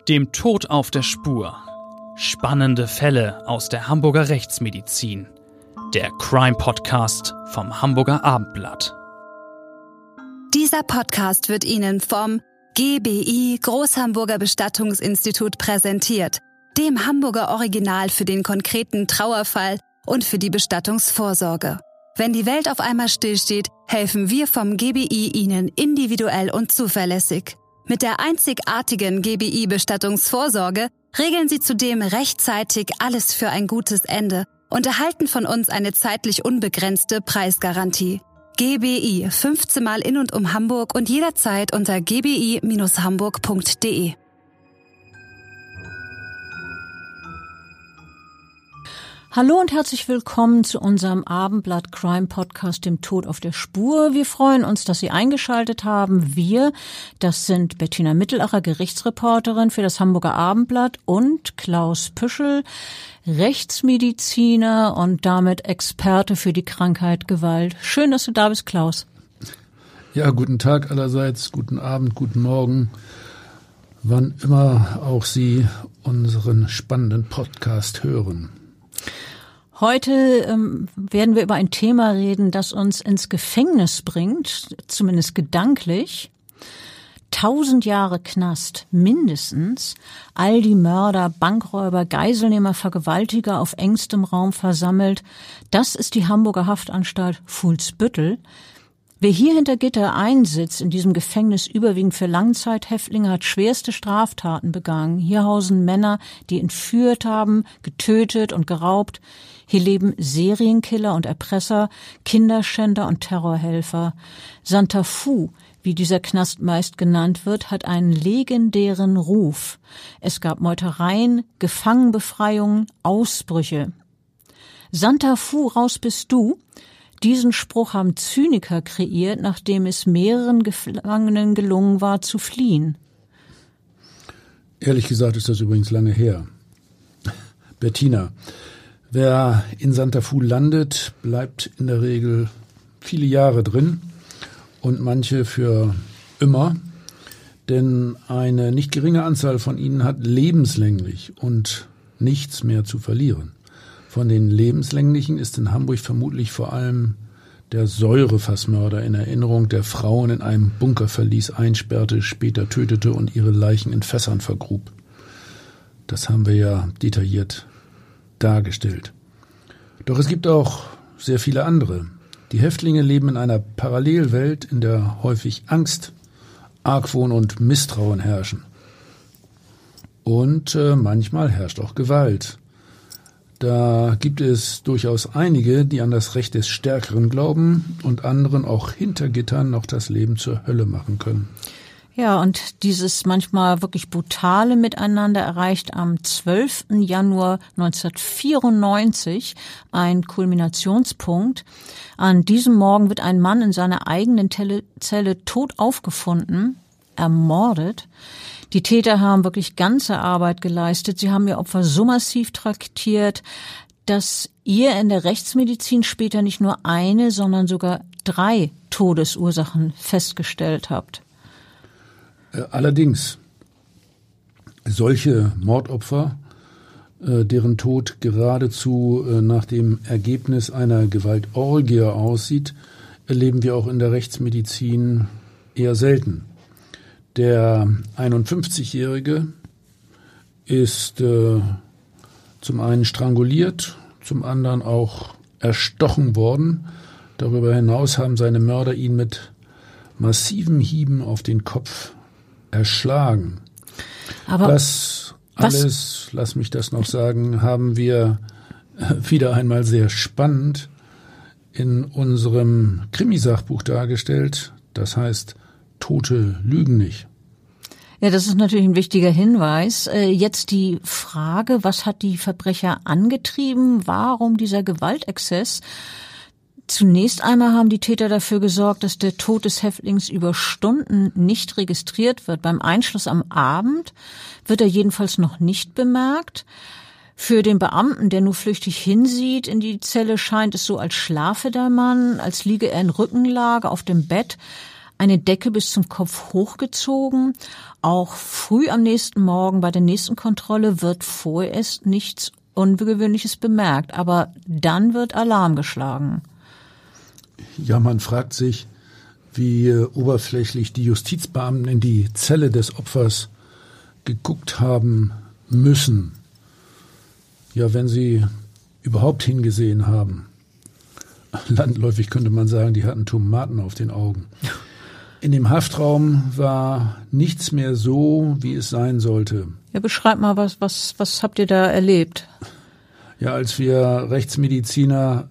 Dem Tod auf der Spur. Spannende Fälle aus der Hamburger Rechtsmedizin. Der Crime-Podcast vom Hamburger Abendblatt. Dieser Podcast wird Ihnen vom GBI Großhamburger Bestattungsinstitut präsentiert, dem Hamburger Original für den konkreten Trauerfall und für die Bestattungsvorsorge. Wenn die Welt auf einmal stillsteht, helfen wir vom GBI Ihnen individuell und zuverlässig. Mit der einzigartigen GBI-Bestattungsvorsorge regeln Sie zudem rechtzeitig alles für ein gutes Ende und erhalten von uns eine zeitlich unbegrenzte Preisgarantie. GBI, 15 Mal in und um Hamburg und jederzeit unter gbi-hamburg.de. Hallo und herzlich willkommen zu unserem Abendblatt Crime Podcast, dem Tod auf der Spur. Wir freuen uns, dass Sie eingeschaltet haben. Wir, das sind Bettina Mittelacher, Gerichtsreporterin für das Hamburger Abendblatt, und Klaus Püschel, Rechtsmediziner und damit Experte für die Krankheit Gewalt. Schön, dass du da bist, Klaus. Ja, guten Tag allerseits, guten Abend, guten Morgen, wann immer auch Sie unseren spannenden Podcast hören. Heute werden wir über ein Thema reden, das uns ins Gefängnis bringt, zumindest gedanklich. 1000 Jahre Knast, mindestens. All die Mörder, Bankräuber, Geiselnehmer, Vergewaltiger auf engstem Raum versammelt. Das ist die Hamburger Haftanstalt Fuhlsbüttel. Wer hier hinter Gitter einsitzt, in diesem Gefängnis überwiegend für Langzeithäftlinge, hat schwerste Straftaten begangen. Hier hausen Männer, die entführt haben, getötet und geraubt. Hier leben Serienkiller und Erpresser, Kinderschänder und Terrorhelfer. Santa Fu, wie dieser Knast meist genannt wird, hat einen legendären Ruf. Es gab Meutereien, Gefangenenbefreiungen, Ausbrüche. Santa Fu, raus bist du! Diesen Spruch haben Zyniker kreiert, nachdem es mehreren Gefangenen gelungen war, zu fliehen. Ehrlich gesagt ist das übrigens lange her. Bettina, wer in Santa Fu landet, bleibt in der Regel viele Jahre drin und manche für immer, denn eine nicht geringe Anzahl von ihnen hat lebenslänglich und nichts mehr zu verlieren. Von den lebenslänglichen ist in Hamburg vermutlich vor allem der Säurefassmörder in Erinnerung, der Frauen in einem Bunkerverlies einsperrte, später tötete und ihre Leichen in Fässern vergrub. Das haben wir ja detailliert dargestellt. Doch es gibt auch sehr viele andere. Die Häftlinge leben in einer Parallelwelt, in der häufig Angst, Argwohn und Misstrauen herrschen. Und manchmal herrscht auch Gewalt. Da gibt es durchaus einige, die an das Recht des Stärkeren glauben und anderen auch hinter Gittern noch das Leben zur Hölle machen können. Ja, und dieses manchmal wirklich brutale Miteinander erreicht am 12. Januar 1994 einen Kulminationspunkt. An diesem Morgen wird ein Mann in seiner eigenen Zelle tot aufgefunden, ermordet. Die Täter haben wirklich ganze Arbeit geleistet. Sie haben ihr Opfer so massiv traktiert, dass ihr in der Rechtsmedizin später nicht nur eine, sondern sogar 3 Todesursachen festgestellt habt. Allerdings, solche Mordopfer, deren Tod geradezu nach dem Ergebnis einer Gewaltorgie aussieht, erleben wir auch in der Rechtsmedizin eher selten. Der 51-Jährige ist zum einen stranguliert, zum anderen auch erstochen worden. Darüber hinaus haben seine Mörder ihn mit massiven Hieben auf den Kopf erschlagen. Aber das alles, lass mich das noch sagen, haben wir wieder einmal sehr spannend in unserem Krimisachbuch dargestellt. Das heißt, Tote lügen nicht. Ja, das ist natürlich ein wichtiger Hinweis. Jetzt die Frage, was hat die Verbrecher angetrieben? Warum dieser Gewaltexzess? Zunächst einmal haben die Täter dafür gesorgt, dass der Tod des Häftlings über Stunden nicht registriert wird. Beim Einschluss am Abend wird er jedenfalls noch nicht bemerkt. Für den Beamten, der nur flüchtig hinsieht in die Zelle, scheint es so, als schlafe der Mann, als liege er in Rückenlage auf dem Bett. eine Decke bis zum Kopf hochgezogen. Auch früh am nächsten Morgen bei der nächsten Kontrolle wird vorerst nichts Ungewöhnliches bemerkt, aber dann wird Alarm geschlagen. Ja, man fragt sich, wie oberflächlich die Justizbeamten in die Zelle des Opfers geguckt haben müssen. Ja, wenn sie überhaupt hingesehen haben. Landläufig könnte man sagen, die hatten Tomaten auf den Augen. In dem Haftraum war nichts mehr so, wie es sein sollte. Ja, beschreib mal, was habt ihr da erlebt? Ja, als wir Rechtsmediziner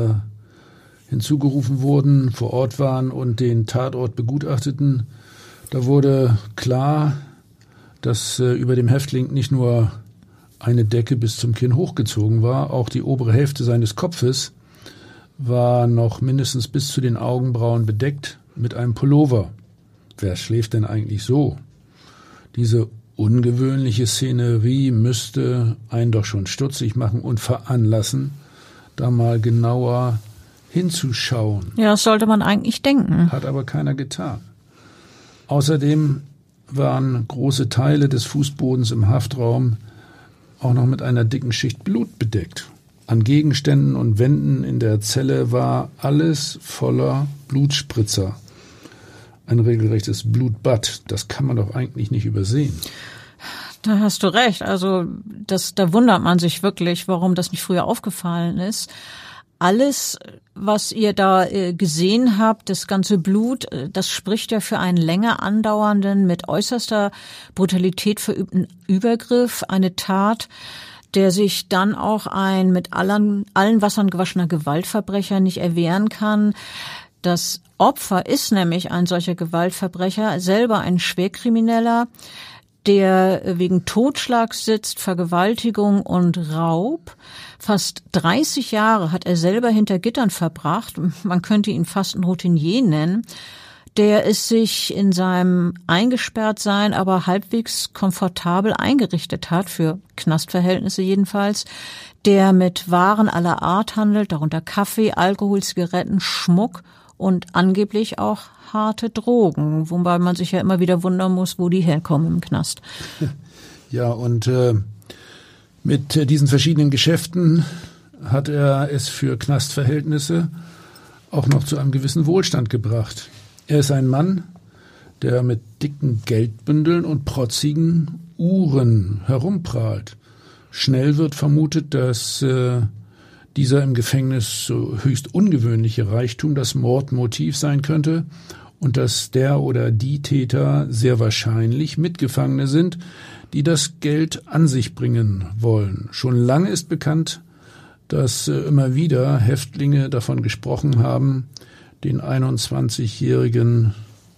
hinzugerufen wurden, vor Ort waren und den Tatort begutachteten, da wurde klar, dass über dem Häftling nicht nur eine Decke bis zum Kinn hochgezogen war, auch die obere Hälfte seines Kopfes war noch mindestens bis zu den Augenbrauen bedeckt mit einem Pullover. Wer schläft denn eigentlich so? Diese ungewöhnliche Szenerie müsste einen doch schon stutzig machen und veranlassen, da mal genauer hinzuschauen. Ja, das sollte man eigentlich denken. Hat aber keiner getan. Außerdem waren große Teile des Fußbodens im Haftraum auch noch mit einer dicken Schicht Blut bedeckt. An Gegenständen und Wänden in der Zelle war alles voller Blutspritzer. Ein regelrechtes Blutbad, das kann man doch eigentlich nicht übersehen. Da hast du recht. Also da wundert man sich wirklich, warum das nicht früher aufgefallen ist. Alles, was ihr da gesehen habt, das ganze Blut, das spricht ja für einen länger andauernden, mit äußerster Brutalität verübten Übergriff, eine Tat, der sich dann auch ein mit allen Wassern gewaschener Gewaltverbrecher nicht erwehren kann. Das Opfer ist nämlich ein solcher Gewaltverbrecher, selber ein Schwerkrimineller, der wegen Totschlags sitzt, Vergewaltigung und Raub. Fast 30 Jahre hat er selber hinter Gittern verbracht. Man könnte ihn fast ein Routinier nennen. Der es sich in seinem Eingesperrtsein aber halbwegs komfortabel eingerichtet hat, für Knastverhältnisse jedenfalls, der mit Waren aller Art handelt, darunter Kaffee, Alkohol, Zigaretten, Schmuck und angeblich auch harte Drogen, wobei man sich ja immer wieder wundern muss, wo die herkommen im Knast. Ja, und mit diesen verschiedenen Geschäften hat er es für Knastverhältnisse auch noch zu einem gewissen Wohlstand gebracht. Er ist ein Mann, der mit dicken Geldbündeln und protzigen Uhren herumprahlt. Schnell wird vermutet, dass dieser im Gefängnis so höchst ungewöhnliche Reichtum das Mordmotiv sein könnte und dass der oder die Täter sehr wahrscheinlich Mitgefangene sind, die das Geld an sich bringen wollen. Schon lange ist bekannt, dass immer wieder Häftlinge davon gesprochen haben, den 21-Jährigen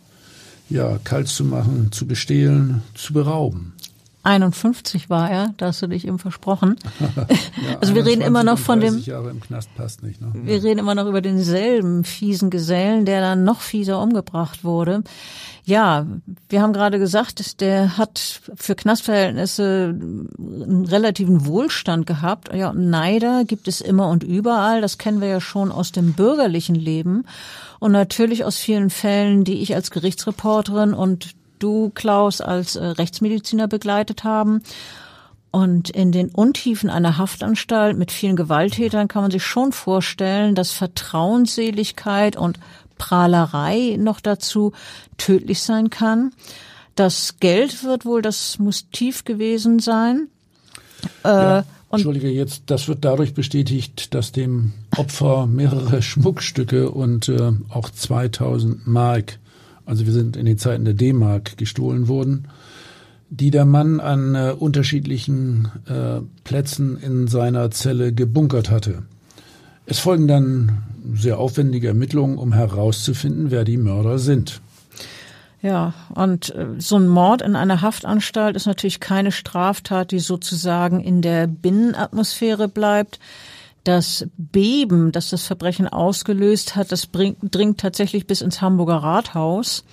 kalt zu machen, zu bestehlen, zu berauben. 51 war er, da hast du dich eben versprochen. Ja, also wir reden immer noch von dem. 30 Jahre im Knast passt nicht, ne? Wir reden immer noch über denselben fiesen Gesellen, der dann noch fieser umgebracht wurde. Ja, wir haben gerade gesagt, der hat für Knastverhältnisse einen relativen Wohlstand gehabt. Ja, Neider gibt es immer und überall. Das kennen wir ja schon aus dem bürgerlichen Leben und natürlich aus vielen Fällen, die ich als Gerichtsreporterin und du, Klaus, als Rechtsmediziner begleitet haben. Und in den Untiefen einer Haftanstalt mit vielen Gewalttätern kann man sich schon vorstellen, dass Vertrauensseligkeit und Prahlerei noch dazu tödlich sein kann. Das Geld wird wohl das Motiv gewesen sein. Entschuldige, das wird dadurch bestätigt, dass dem Opfer mehrere Schmuckstücke und auch 2000 Mark, also wir sind in den Zeiten der D-Mark, gestohlen wurden, die der Mann an unterschiedlichen Plätzen in seiner Zelle gebunkert hatte. Es folgen dann sehr aufwendige Ermittlungen, um herauszufinden, wer die Mörder sind. Ja, und so ein Mord in einer Haftanstalt ist natürlich keine Straftat, die sozusagen in der Binnenatmosphäre bleibt. Das Beben, das das Verbrechen ausgelöst hat, das dringt tatsächlich bis ins Hamburger Rathaus.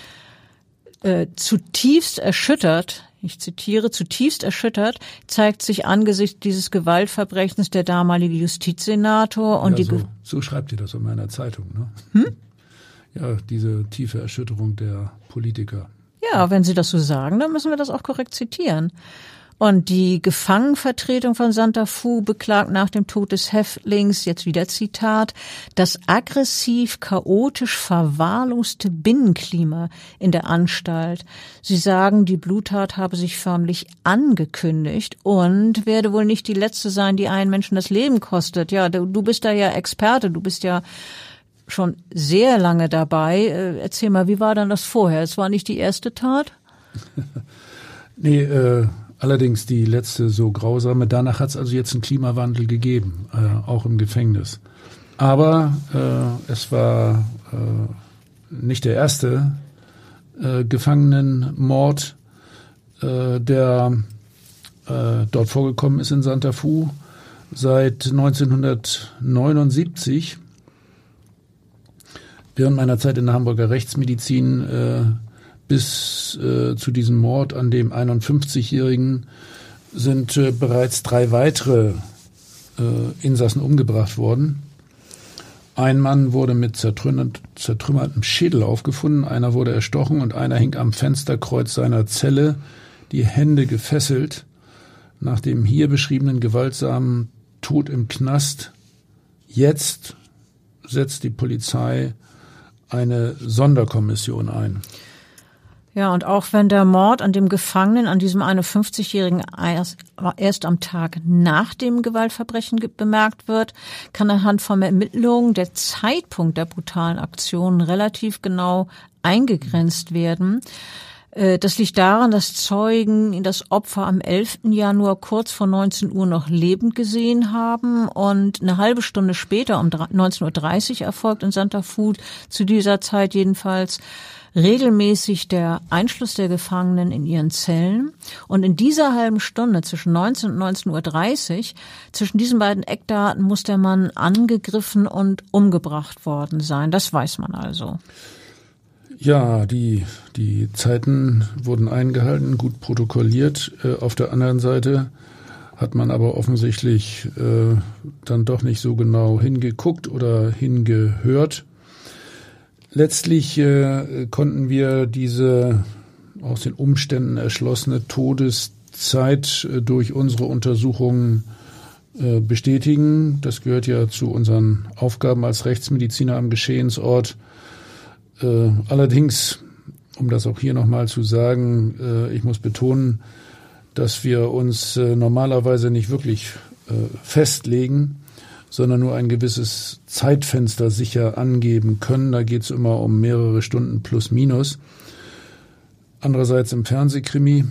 Zutiefst erschüttert, ich zitiere, zutiefst erschüttert, zeigt sich angesichts dieses Gewaltverbrechens der damalige Justizsenator und so schreibt ihr das in meiner Zeitung, ne? ja, diese tiefe Erschütterung der Politiker. Ja, wenn Sie das so sagen, dann müssen wir das auch korrekt zitieren. Und die Gefangenenvertretung von Santa Fu beklagt nach dem Tod des Häftlings, jetzt wieder Zitat, das aggressiv, chaotisch verwahrloste Binnenklima in der Anstalt. Sie sagen, die Bluttat habe sich förmlich angekündigt und werde wohl nicht die letzte sein, die einen Menschen das Leben kostet. Ja, du bist da ja Experte, du bist ja schon sehr lange dabei. Erzähl mal, wie war dann das vorher? Es war nicht die erste Tat? Nee, allerdings die letzte so grausame. Danach hat es also jetzt einen Klimawandel gegeben, auch im Gefängnis. Aber es war nicht der erste Gefangenenmord, der dort vorgekommen ist in Santa Fu. Seit 1979, während meiner Zeit in der Hamburger Rechtsmedizin, bis zu diesem Mord an dem 51-Jährigen sind bereits 3 weitere Insassen umgebracht worden. Ein Mann wurde mit zertrümmertem Schädel aufgefunden, einer wurde erstochen und einer hing am Fensterkreuz seiner Zelle, die Hände gefesselt. Nach dem hier beschriebenen gewaltsamen Tod im Knast, jetzt setzt die Polizei eine Sonderkommission ein. Ja, und auch wenn der Mord an dem Gefangenen, an diesem 51-Jährigen erst am Tag nach dem Gewaltverbrechen bemerkt wird, kann anhand von Ermittlungen der Zeitpunkt der brutalen Aktionen relativ genau eingegrenzt werden. Das liegt daran, dass Zeugen das Opfer am 11. Januar kurz vor 19 Uhr noch lebend gesehen haben und eine halbe Stunde später um 19.30 Uhr erfolgt in Santa Fu, zu dieser Zeit jedenfalls, regelmäßig der Einschluss der Gefangenen in ihren Zellen. Und in dieser halben Stunde zwischen 19 und 19.30 Uhr, zwischen diesen beiden Eckdaten, muss der Mann angegriffen und umgebracht worden sein. Das weiß man also. Ja, die Zeiten wurden eingehalten, gut protokolliert. Auf der anderen Seite hat man aber offensichtlich dann doch nicht so genau hingeguckt oder hingehört. Letztlich konnten wir diese aus den Umständen erschlossene Todeszeit durch unsere Untersuchungen bestätigen. Das gehört ja zu unseren Aufgaben als Rechtsmediziner am Geschehensort. Allerdings, um das auch hier nochmal zu sagen, ich muss betonen, dass wir uns normalerweise nicht wirklich festlegen, sondern nur ein gewisses Zeitfenster sicher angeben können. Da geht es immer um mehrere Stunden plus minus. Andererseits im Fernsehkrimi,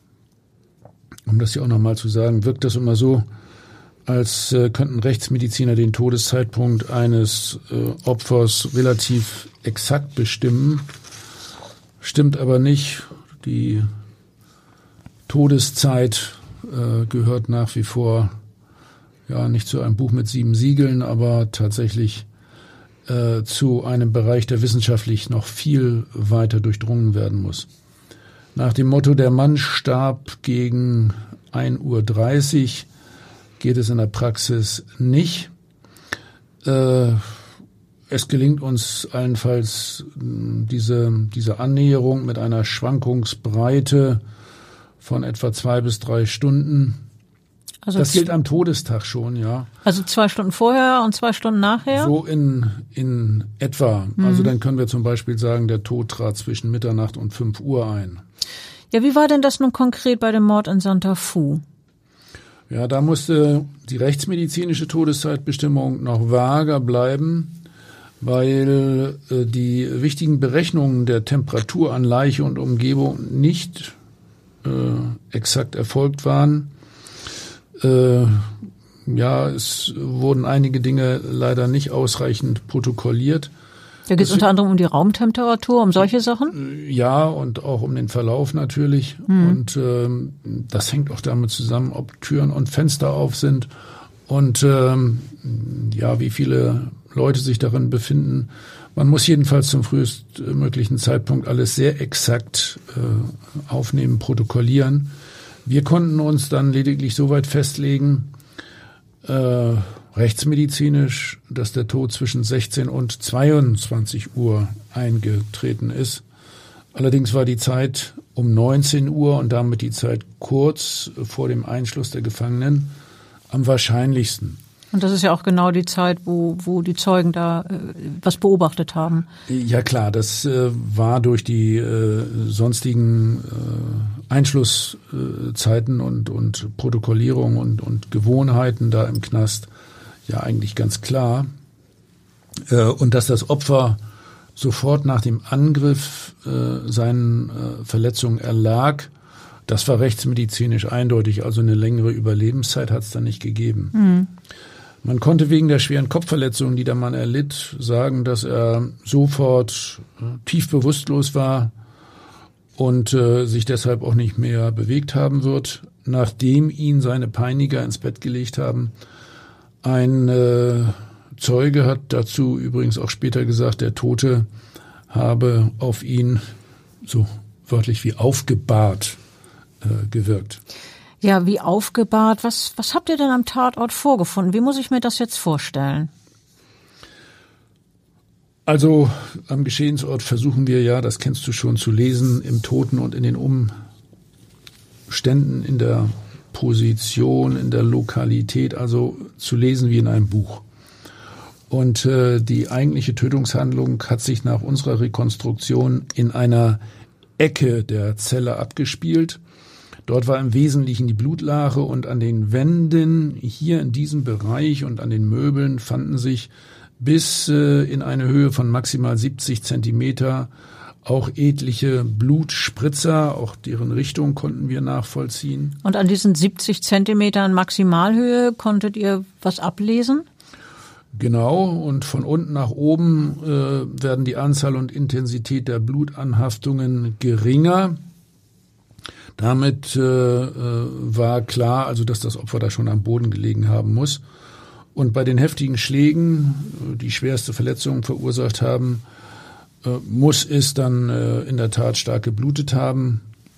um das hier auch nochmal zu sagen, wirkt das immer so, als könnten Rechtsmediziner den Todeszeitpunkt eines Opfers relativ exakt bestimmen. Stimmt aber nicht. Die Todeszeit gehört nach wie vor ja nicht zu einem Buch mit 7 Siegeln, aber tatsächlich zu einem Bereich, der wissenschaftlich noch viel weiter durchdrungen werden muss. Nach dem Motto, der Mann starb gegen 1:30 Uhr, geht es in der Praxis nicht. Es gelingt uns allenfalls diese Annäherung mit einer Schwankungsbreite von etwa 2 bis 3 Stunden. Also das gilt am Todestag schon, ja. Also 2 Stunden vorher und 2 Stunden nachher? So in etwa. Also dann können wir zum Beispiel sagen, der Tod trat zwischen Mitternacht und 5 Uhr ein. Ja, wie war denn das nun konkret bei dem Mord in Santa Fu? Ja, da musste die rechtsmedizinische Todeszeitbestimmung noch vager bleiben, weil die wichtigen Berechnungen der Temperatur an Leiche und Umgebung nicht exakt erfolgt waren. Ja, es wurden einige Dinge leider nicht ausreichend protokolliert. Da geht es unter anderem um die Raumtemperatur, um solche Sachen? Ja, und auch um den Verlauf natürlich. Und das hängt auch damit zusammen, ob Türen und Fenster auf sind und ja, wie viele Leute sich darin befinden. Man muss jedenfalls zum frühestmöglichen Zeitpunkt alles sehr exakt aufnehmen, protokollieren. Wir konnten uns dann lediglich so weit festlegen, rechtsmedizinisch, dass der Tod zwischen 16 und 22 Uhr eingetreten ist. Allerdings war die Zeit um 19 Uhr und damit die Zeit kurz vor dem Einschluss der Gefangenen am wahrscheinlichsten. Und das ist ja auch genau die Zeit, wo die Zeugen da was beobachtet haben. Ja klar, das war durch die sonstigen Einschlusszeiten und Protokollierung und Gewohnheiten da im Knast ja eigentlich ganz klar. Und dass das Opfer sofort nach dem Angriff seinen Verletzungen erlag, das war rechtsmedizinisch eindeutig. Also eine längere Überlebenszeit hat es da nicht gegeben. Mhm. Man konnte wegen der schweren Kopfverletzungen, die der Mann erlitt, sagen, dass er sofort tief bewusstlos war und sich deshalb auch nicht mehr bewegt haben wird, nachdem ihn seine Peiniger ins Bett gelegt haben. Ein Zeuge hat dazu übrigens auch später gesagt, der Tote habe auf ihn so wörtlich wie aufgebahrt gewirkt. Ja, wie aufgebahrt. Was habt ihr denn am Tatort vorgefunden? Wie muss ich mir das jetzt vorstellen? Also am Geschehensort versuchen wir ja, das kennst du schon, zu lesen im Toten und in den Umständen, in der Position, in der Lokalität, also zu lesen wie in einem Buch. Und die eigentliche Tötungshandlung hat sich nach unserer Rekonstruktion in einer Ecke der Zelle abgespielt. Dort war im Wesentlichen die Blutlache und an den Wänden hier in diesem Bereich und an den Möbeln fanden sich bis in eine Höhe von maximal 70 Zentimeter auch etliche Blutspritzer, auch deren Richtung konnten wir nachvollziehen. Und an diesen 70 Zentimetern Maximalhöhe konntet ihr was ablesen? Genau, und von unten nach oben werden die Anzahl und Intensität der Blutanhaftungen geringer. Damit war klar, also dass das Opfer da schon am Boden gelegen haben muss. Und bei den heftigen Schlägen, die schwerste Verletzungen verursacht haben, muss es dann in der Tat stark geblutet haben.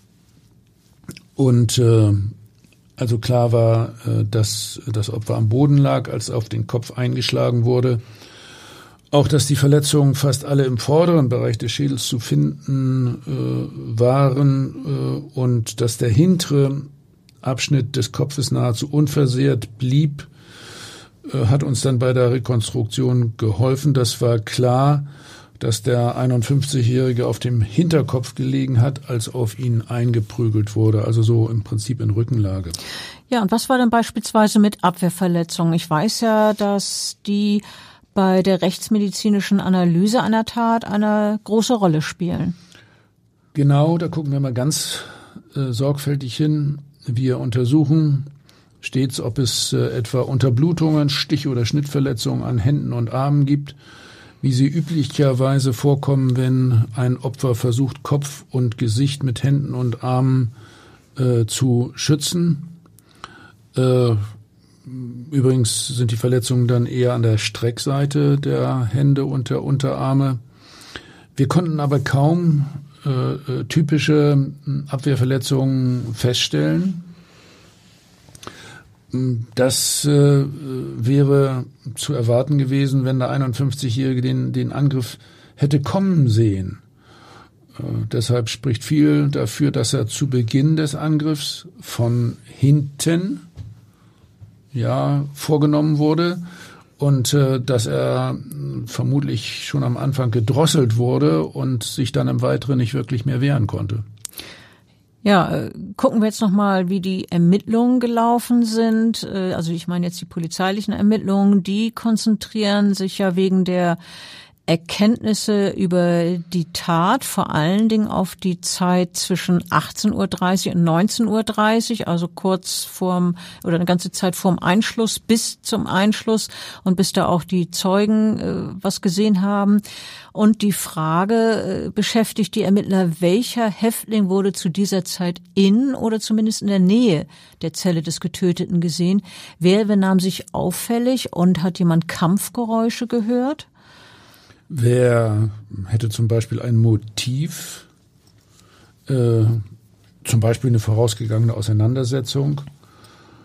Und also klar war, dass das Opfer am Boden lag, als auf den Kopf eingeschlagen wurde. Auch, dass die Verletzungen fast alle im vorderen Bereich des Schädels zu finden waren und dass der hintere Abschnitt des Kopfes nahezu unversehrt blieb, hat uns dann bei der Rekonstruktion geholfen. Das war klar, dass der 51-Jährige auf dem Hinterkopf gelegen hat, als auf ihn eingeprügelt wurde, also so im Prinzip in Rückenlage. Ja, und was war denn beispielsweise mit Abwehrverletzungen? Ich weiß ja, dass die bei der rechtsmedizinischen Analyse einer Tat eine große Rolle spielen. Genau, da gucken wir mal ganz sorgfältig hin. Wir untersuchen stets, ob es etwa Unterblutungen, Stich- oder Schnittverletzungen an Händen und Armen gibt, wie sie üblicherweise vorkommen, wenn ein Opfer versucht, Kopf und Gesicht mit Händen und Armen zu schützen. Übrigens sind die Verletzungen dann eher an der Streckseite der Hände und der Unterarme. Wir konnten aber kaum typische Abwehrverletzungen feststellen. Das wäre zu erwarten gewesen, wenn der 51-Jährige den Angriff hätte kommen sehen. Deshalb spricht viel dafür, dass er zu Beginn des Angriffs von hinten vorgenommen wurde und dass er vermutlich schon am Anfang gedrosselt wurde und sich dann im Weiteren nicht wirklich mehr wehren konnte. Ja, gucken wir jetzt nochmal, wie die Ermittlungen gelaufen sind. Also ich meine jetzt die polizeilichen Ermittlungen, die konzentrieren sich ja wegen der Erkenntnisse über die Tat vor allen Dingen auf die Zeit zwischen 18:30 und 19:30, also kurz vorm oder eine ganze Zeit vorm Einschluss bis zum Einschluss und bis da auch die Zeugen was gesehen haben. Und die Frage beschäftigt die Ermittler, welcher Häftling wurde zu dieser Zeit in oder zumindest in der Nähe der Zelle des Getöteten gesehen? Wer benahm sich auffällig und hat jemand Kampfgeräusche gehört? Wer hätte zum Beispiel ein Motiv, zum Beispiel eine vorausgegangene Auseinandersetzung?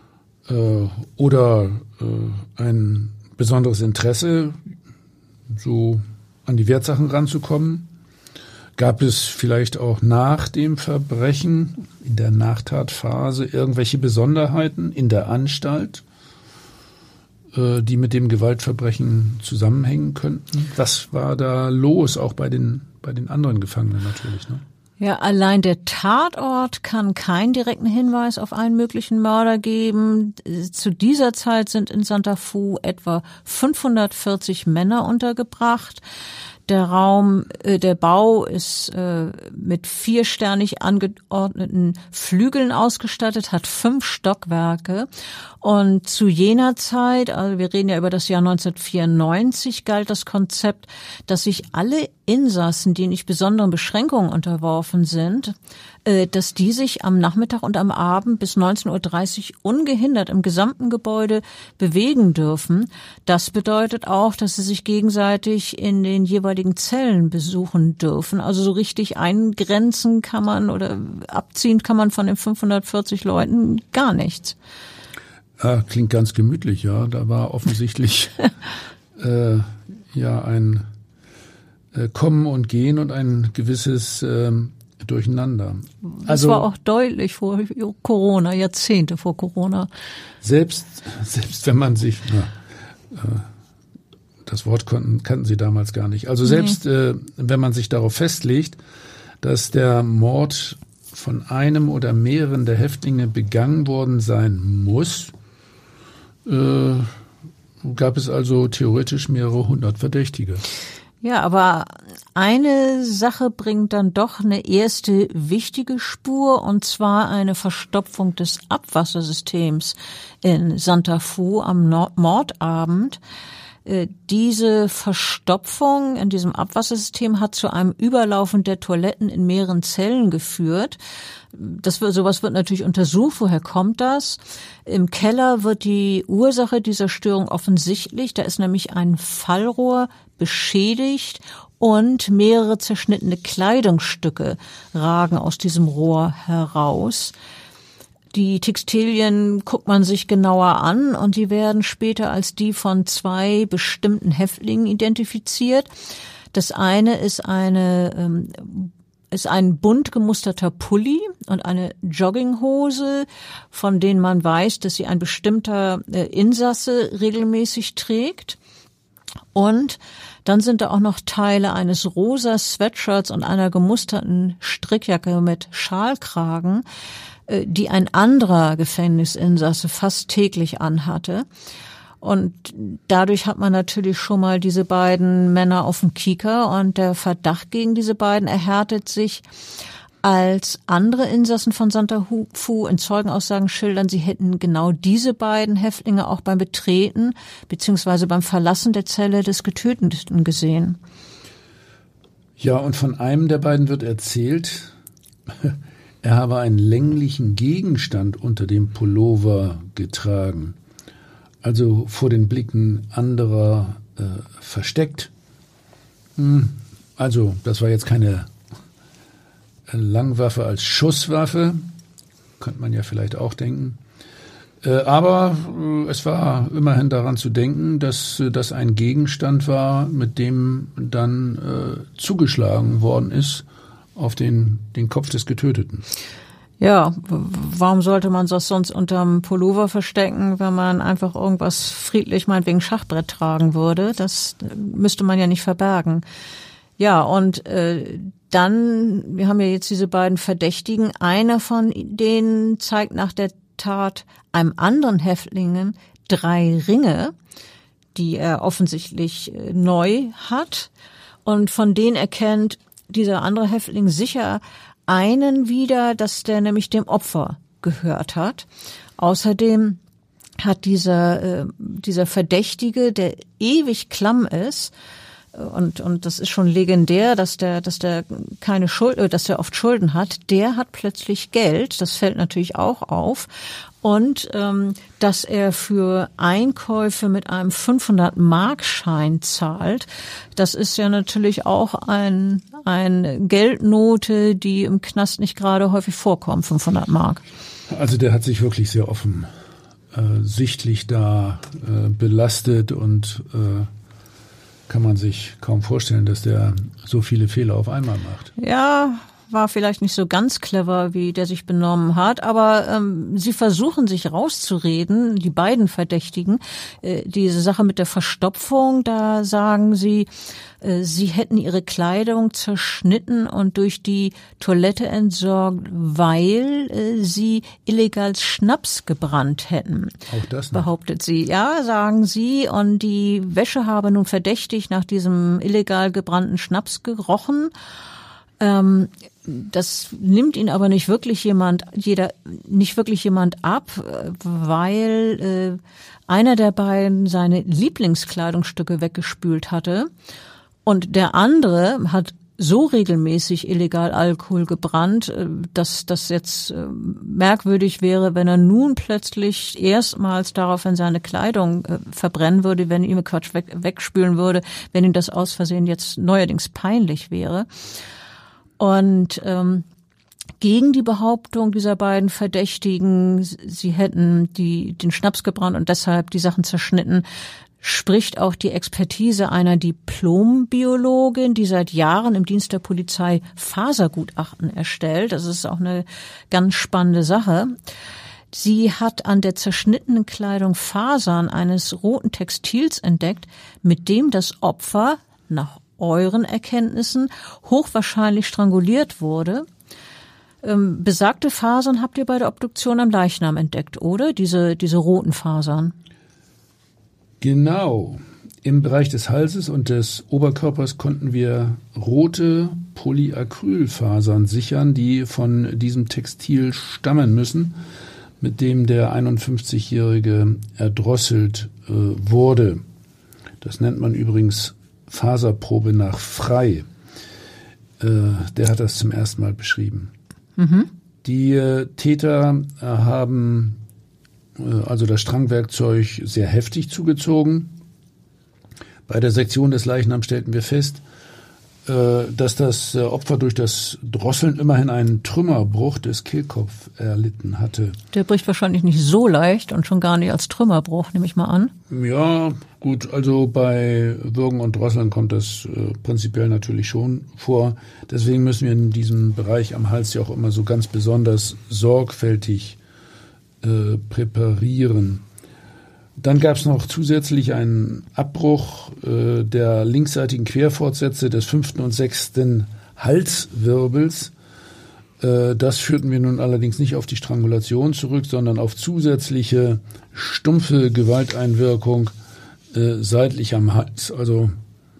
oder ein besonderes Interesse, so an die Wertsachen ranzukommen? Gab es vielleicht auch nach dem Verbrechen, in der Nachtatphase, irgendwelche Besonderheiten in der Anstalt, die mit dem Gewaltverbrechen zusammenhängen könnten? Was war da los, auch bei den anderen Gefangenen natürlich, ne? Ja, allein der Tatort kann keinen direkten Hinweis auf einen möglichen Mörder geben. Zu dieser Zeit sind in Santa Fu etwa 540 Männer untergebracht. Der Bau ist mit 4-sternig angeordneten Flügeln ausgestattet, hat 5 Stockwerke. Und zu jener Zeit, also wir reden ja über das Jahr 1994, galt das Konzept, dass sich alle Insassen, die nicht besonderen Beschränkungen unterworfen sind, dass die sich am Nachmittag und am Abend bis 19:30 Uhr ungehindert im gesamten Gebäude bewegen dürfen. Das bedeutet auch, dass sie sich gegenseitig in den jeweiligen Zellen besuchen dürfen. Also so richtig eingrenzen kann man oder abziehen kann man von den 540 Leuten gar nichts. Ja, klingt ganz gemütlich, ja. Da war offensichtlich ein Kommen und Gehen und ein gewisses Durcheinander. Das war auch deutlich vor Corona, Jahrzehnte vor Corona. Selbst wenn man sich, das Wort kannten Sie damals gar nicht. Also selbst wenn man sich darauf festlegt, dass der Mord von einem oder mehreren der Häftlinge begangen worden sein muss, gab es also theoretisch mehrere hundert Verdächtige. Ja, aber eine Sache bringt dann doch eine erste wichtige Spur, und zwar eine Verstopfung des Abwassersystems in Santa Fu am Mordabend. Diese Verstopfung in diesem Abwassersystem hat zu einem Überlaufen der Toiletten in mehreren Zellen geführt. Sowas wird natürlich untersucht. Woher kommt das? Im Keller wird die Ursache dieser Störung offensichtlich. Da ist nämlich ein Fallrohr beschädigt und mehrere zerschnittene Kleidungsstücke ragen aus diesem Rohr heraus. Die Textilien guckt man sich genauer an und die werden später als die von 2 bestimmten Häftlingen identifiziert. Das eine ist ein bunt gemusterter Pulli und eine Jogginghose, von denen man weiß, dass sie ein bestimmter Insasse regelmäßig trägt. Und dann sind da auch noch Teile eines rosa Sweatshirts und einer gemusterten Strickjacke mit Schalkragen, die ein anderer Gefängnisinsasse fast täglich anhatte. Und dadurch hat man natürlich schon mal diese beiden Männer auf dem Kieker, und der Verdacht gegen diese beiden erhärtet sich, als andere Insassen von Santa Fu in Zeugenaussagen schildern, sie hätten genau diese beiden Häftlinge auch beim Betreten bzw. beim Verlassen der Zelle des Getöteten gesehen. Ja, und von einem der beiden wird erzählt, er habe einen länglichen Gegenstand unter dem Pullover getragen, also vor den Blicken anderer versteckt. Also das war jetzt keine Langwaffe als Schusswaffe, könnte man ja vielleicht auch denken. Aber es war immerhin daran zu denken, dass das ein Gegenstand war, mit dem dann zugeschlagen worden ist auf den Kopf des Getöteten. Ja, warum sollte man das sonst unterm Pullover verstecken, wenn man einfach irgendwas friedlich meinetwegen Schachbrett tragen würde? Das müsste man ja nicht verbergen. Ja, und dann, wir haben ja jetzt diese beiden Verdächtigen. Einer von denen zeigt nach der Tat einem anderen Häftlingen 3 Ringe, die er offensichtlich neu hat. Und von denen erkennt dieser andere Häftling sicher einen wieder, dass der nämlich dem Opfer gehört hat. Außerdem hat dieser Verdächtige, der ewig klamm ist, und das ist schon legendär, dass der keine Schuld, dass der oft Schulden hat, der hat plötzlich Geld, das fällt natürlich auch auf, und dass er für Einkäufe mit einem 500-Mark-Schein zahlt, das ist ja natürlich auch eine Geldnote, die im Knast nicht gerade häufig vorkommt, 500 Mark. Also der hat sich wirklich sehr offen sichtlich da belastet und kann man sich kaum vorstellen, dass der so viele Fehler auf einmal macht. Ja, war vielleicht nicht so ganz clever, wie der sich benommen hat, aber sie versuchen sich rauszureden, die beiden Verdächtigen. Diese Sache mit der Verstopfung, da sagen sie, sie hätten ihre Kleidung zerschnitten und durch die Toilette entsorgt, weil sie illegal Schnaps gebrannt hätten. Auch das noch? Behauptet sie. Ja, sagen sie. Und die Wäsche habe nun verdächtig nach diesem illegal gebrannten Schnaps gerochen. Das nimmt ihn aber nicht wirklich jemand ab, weil einer der beiden seine Lieblingskleidungsstücke weggespült hatte und der andere hat so regelmäßig illegal Alkohol gebrannt, dass das jetzt merkwürdig wäre, wenn er nun plötzlich erstmals daraufhin seine Kleidung verbrennen würde, wenn ihm Quatsch wegspülen würde, wenn ihm das aus Versehen jetzt neuerdings peinlich wäre. Und gegen die Behauptung dieser beiden Verdächtigen, sie hätten den Schnaps gebrannt und deshalb die Sachen zerschnitten, spricht auch die Expertise einer Diplombiologin, die seit Jahren im Dienst der Polizei Fasergutachten erstellt. Das ist auch eine ganz spannende Sache. Sie hat an der zerschnittenen Kleidung Fasern eines roten Textils entdeckt, mit dem das Opfer nach euren Erkenntnissen hochwahrscheinlich stranguliert wurde. Besagte Fasern habt ihr bei der Obduktion am Leichnam entdeckt, oder? Diese roten Fasern. Genau. Im Bereich des Halses und des Oberkörpers konnten wir rote Polyacrylfasern sichern, die von diesem Textil stammen müssen, mit dem der 51-Jährige erdrosselt wurde. Das nennt man übrigens Faserprobe nach Frey. Der hat das zum ersten Mal beschrieben. Mhm. Die Täter haben also das Strangwerkzeug sehr heftig zugezogen. Bei der Sektion des Leichnams stellten wir fest, dass das Opfer durch das Drosseln immerhin einen Trümmerbruch des Kehlkopfs erlitten hatte. Der bricht wahrscheinlich nicht so leicht und schon gar nicht als Trümmerbruch, nehme ich mal an. Ja, gut, also bei Würgen und Drosseln kommt das prinzipiell natürlich schon vor. Deswegen müssen wir in diesem Bereich am Hals ja auch immer so ganz besonders sorgfältig präparieren. Dann gab es noch zusätzlich einen Abbruch der linksseitigen Querfortsätze des 5. und 6. Halswirbels. Das führten wir nun allerdings nicht auf die Strangulation zurück, sondern auf zusätzliche stumpfe Gewalteinwirkung seitlich am Hals. Also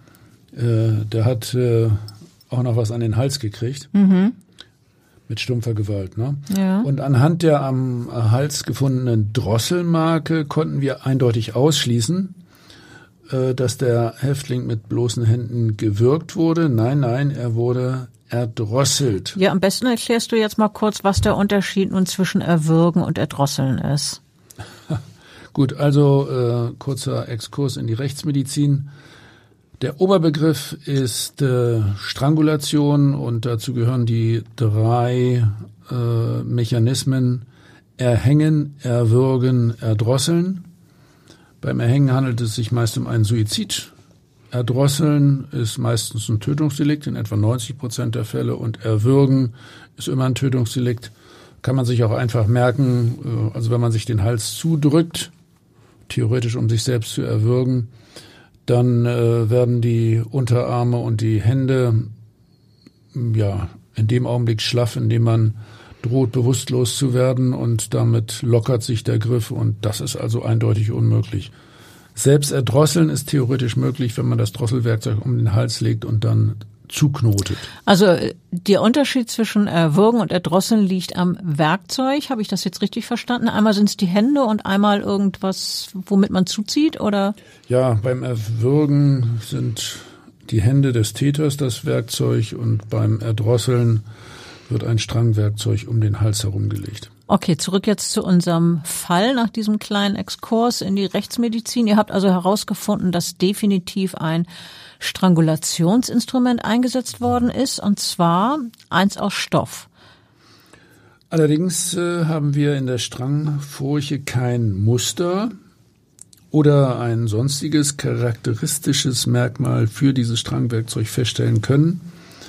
der hat auch noch was an den Hals gekriegt. Mhm. Mit stumpfer Gewalt, ne? Ja. Und anhand der am Hals gefundenen Drosselmarke konnten wir eindeutig ausschließen, dass der Häftling mit bloßen Händen gewürgt wurde. Nein, er wurde erdrosselt. Ja, am besten erklärst du jetzt mal kurz, was der Unterschied nun zwischen erwürgen und erdrosseln ist. Gut, also kurzer Exkurs in die Rechtsmedizin. Der Oberbegriff ist Strangulation und dazu gehören die 3 Mechanismen Erhängen, Erwürgen, Erdrosseln. Beim Erhängen handelt es sich meist um einen Suizid. Erdrosseln ist meistens ein Tötungsdelikt in etwa 90% der Fälle und Erwürgen ist immer ein Tötungsdelikt. Kann man sich auch einfach merken, also wenn man sich den Hals zudrückt, theoretisch um sich selbst zu erwürgen, dann werden die Unterarme und die Hände ja in dem Augenblick schlaff, in dem man droht, bewusstlos zu werden und damit lockert sich der Griff und das ist also eindeutig unmöglich. Selbst erdrosseln ist theoretisch möglich, wenn man das Drosselwerkzeug um den Hals legt und dann zuknotet. Also der Unterschied zwischen Erwürgen und Erdrosseln liegt am Werkzeug. Habe ich das jetzt richtig verstanden? Einmal sind es die Hände und einmal irgendwas, womit man zuzieht, oder? Ja, beim Erwürgen sind die Hände des Täters das Werkzeug und beim Erdrosseln wird ein Strangwerkzeug um den Hals herumgelegt. Okay, zurück jetzt zu unserem Fall nach diesem kleinen Exkurs in die Rechtsmedizin. Ihr habt also herausgefunden, dass definitiv ein Strangulationsinstrument eingesetzt worden ist, und zwar eins aus Stoff. Allerdings haben wir in der Strangfurche kein Muster oder ein sonstiges charakteristisches Merkmal für dieses Strangwerkzeug feststellen können.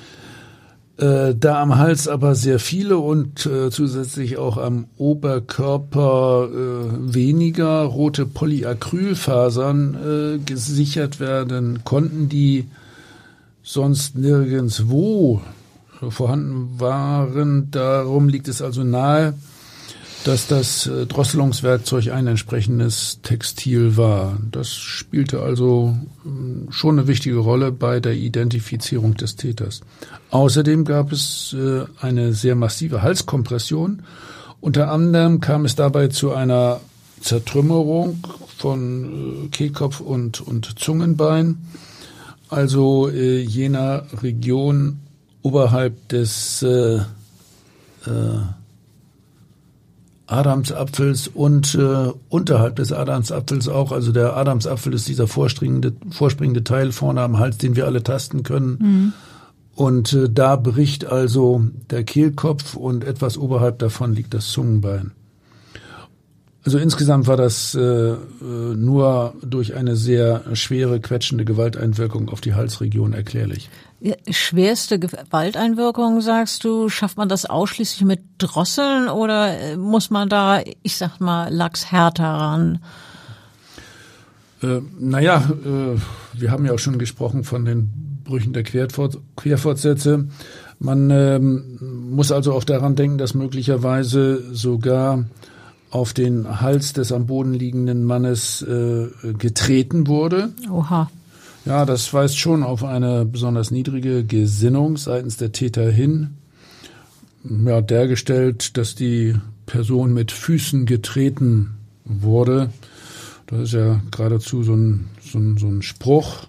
Da am Hals aber sehr viele und zusätzlich auch am Oberkörper weniger rote Polyacrylfasern gesichert werden konnten, die sonst nirgendswo vorhanden waren. Darum liegt es also nahe, dass das Drosselungswerkzeug ein entsprechendes Textil war. Das spielte also schon eine wichtige Rolle bei der Identifizierung des Täters. Außerdem gab es eine sehr massive Halskompression. Unter anderem kam es dabei zu einer Zertrümmerung von Kehlkopf und Zungenbein, also jener Region oberhalb des Adamsapfels und unterhalb des Adamsapfels auch. Also der Adamsapfel ist dieser vorspringende Teil vorne am Hals, den wir alle tasten können. Mhm. Und da bricht also der Kehlkopf und etwas oberhalb davon liegt das Zungenbein. Also insgesamt war das nur durch eine sehr schwere, quetschende Gewalteinwirkung auf die Halsregion erklärlich. Ja, schwerste Gewalteinwirkung, sagst du, schafft man das ausschließlich mit Drosseln oder muss man da, ich sag mal, lachshärter ran? Wir haben ja auch schon gesprochen von den Brüchen der Querfortsätze. Man muss also auch daran denken, dass möglicherweise sogar auf den Hals des am Boden liegenden Mannes getreten wurde. Oha. Ja, das weist schon auf eine besonders niedrige Gesinnung seitens der Täter hin. Ja, dergestellt, dass die Person mit Füßen getreten wurde. Das ist ja geradezu so ein Spruch.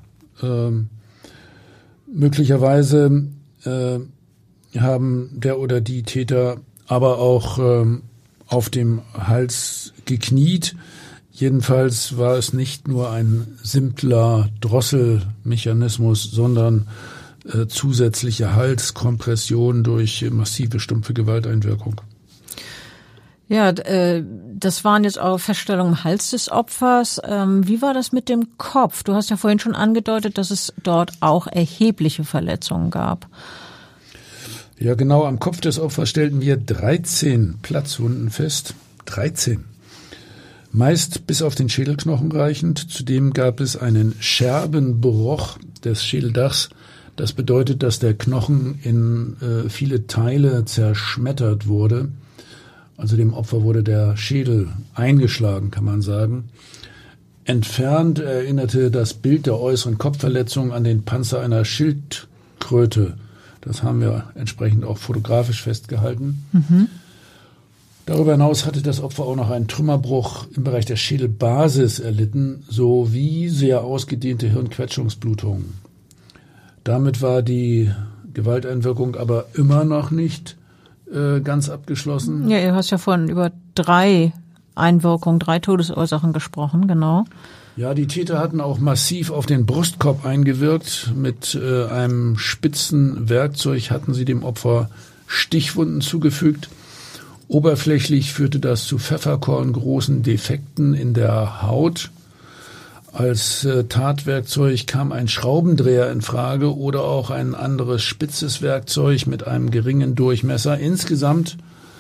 Möglicherweise haben der oder die Täter aber auch auf dem Hals gekniet. Jedenfalls war es nicht nur ein simpler Drosselmechanismus, sondern zusätzliche Halskompression durch massive, stumpfe Gewalteinwirkung. Ja, das waren jetzt auch Feststellungen im Hals des Opfers. Wie war das mit dem Kopf? Du hast ja vorhin schon angedeutet, dass es dort auch erhebliche Verletzungen gab. Ja, genau. Am Kopf des Opfers stellten wir 13 Platzwunden fest. 13. Meist bis auf den Schädelknochen reichend. Zudem gab es einen Scherbenbruch des Schädeldachs. Das bedeutet, dass der Knochen in viele Teile zerschmettert wurde. Also dem Opfer wurde der Schädel eingeschlagen, kann man sagen. Entfernt erinnerte das Bild der äußeren Kopfverletzung an den Panzer einer Schildkröte. Das haben wir entsprechend auch fotografisch festgehalten. Mhm. Darüber hinaus hatte das Opfer auch noch einen Trümmerbruch im Bereich der Schädelbasis erlitten, sowie sehr ausgedehnte Hirnquetschungsblutungen. Damit war die Gewalteinwirkung aber immer noch nicht ganz abgeschlossen. Ja, du hast ja vorhin über 3 Todesursachen gesprochen, genau. Ja, die Täter hatten auch massiv auf den Brustkorb eingewirkt. Mit einem spitzen Werkzeug hatten sie dem Opfer Stichwunden zugefügt. Oberflächlich führte das zu pfefferkorngroßen Defekten in der Haut. Als Tatwerkzeug kam ein Schraubendreher in Frage oder auch ein anderes spitzes Werkzeug mit einem geringen Durchmesser. Insgesamt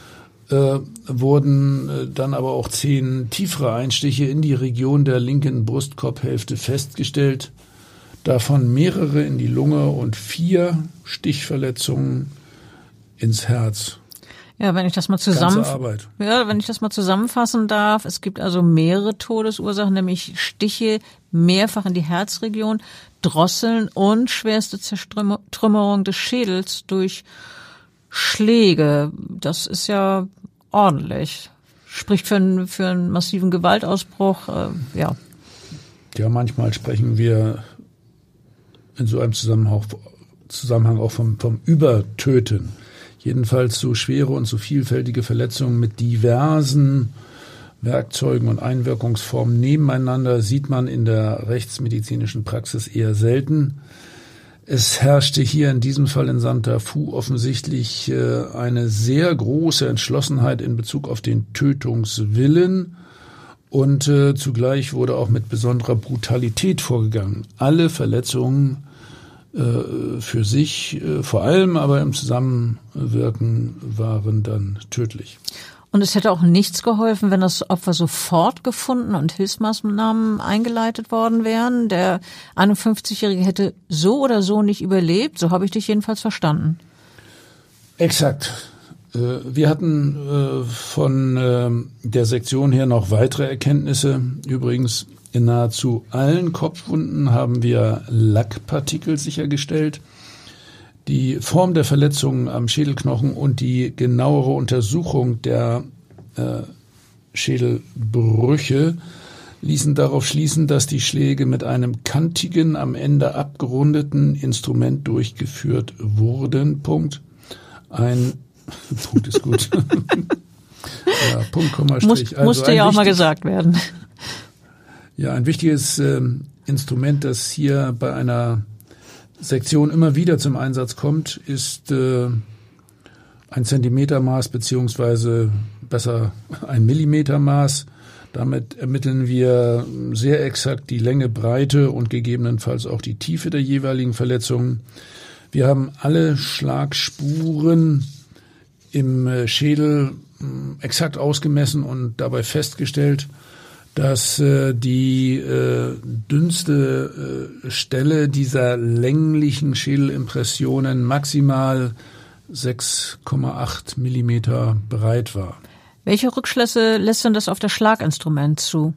wurden dann aber auch 10 tiefere Einstiche in die Region der linken Brustkorbhälfte festgestellt, davon mehrere in die Lunge und 4 Stichverletzungen ins Herz. Ja, wenn ich das mal zusammenfassen darf, es gibt also mehrere Todesursachen, nämlich Stiche mehrfach in die Herzregion, Drosseln und schwerste Zertrümmerung des Schädels durch Schläge. Das ist ja ordentlich. Spricht für einen massiven Gewaltausbruch, ja. Ja, manchmal sprechen wir in so einem Zusammenhang auch vom Übertöten. Jedenfalls so schwere und so vielfältige Verletzungen mit diversen Werkzeugen und Einwirkungsformen nebeneinander sieht man in der rechtsmedizinischen Praxis eher selten. Es herrschte hier in diesem Fall in Santa Fu offensichtlich eine sehr große Entschlossenheit in Bezug auf den Tötungswillen und zugleich wurde auch mit besonderer Brutalität vorgegangen. Alle Verletzungen für sich, vor allem aber im Zusammenwirken, waren dann tödlich. Und es hätte auch nichts geholfen, wenn das Opfer sofort gefunden und Hilfsmaßnahmen eingeleitet worden wären. Der 51-Jährige hätte so oder so nicht überlebt. So habe ich dich jedenfalls verstanden. Exakt. Wir hatten von der Sektion her noch weitere Erkenntnisse. Übrigens, in nahezu allen Kopfwunden haben wir Lackpartikel sichergestellt. Die Form der Verletzungen am Schädelknochen und die genauere Untersuchung der Schädelbrüche ließen darauf schließen, dass die Schläge mit einem kantigen, am Ende abgerundeten Instrument durchgeführt wurden. Punkt. Ein Punkt ist gut. Ja, Punkt, Komma, Strich. Musste ja auch mal gesagt werden. Ja, ein wichtiges Instrument, das hier bei einer Sektion immer wieder zum Einsatz kommt, ist ein Zentimetermaß beziehungsweise besser ein Millimetermaß. Damit ermitteln wir sehr exakt die Länge, Breite und gegebenenfalls auch die Tiefe der jeweiligen Verletzungen. Wir haben alle Schlagspuren im Schädel exakt ausgemessen und dabei festgestellt, dass die dünnste Stelle dieser länglichen Schädelimpressionen maximal 6,8 Millimeter breit war. Welche Rückschlüsse lässt denn das auf das Schlaginstrument zu?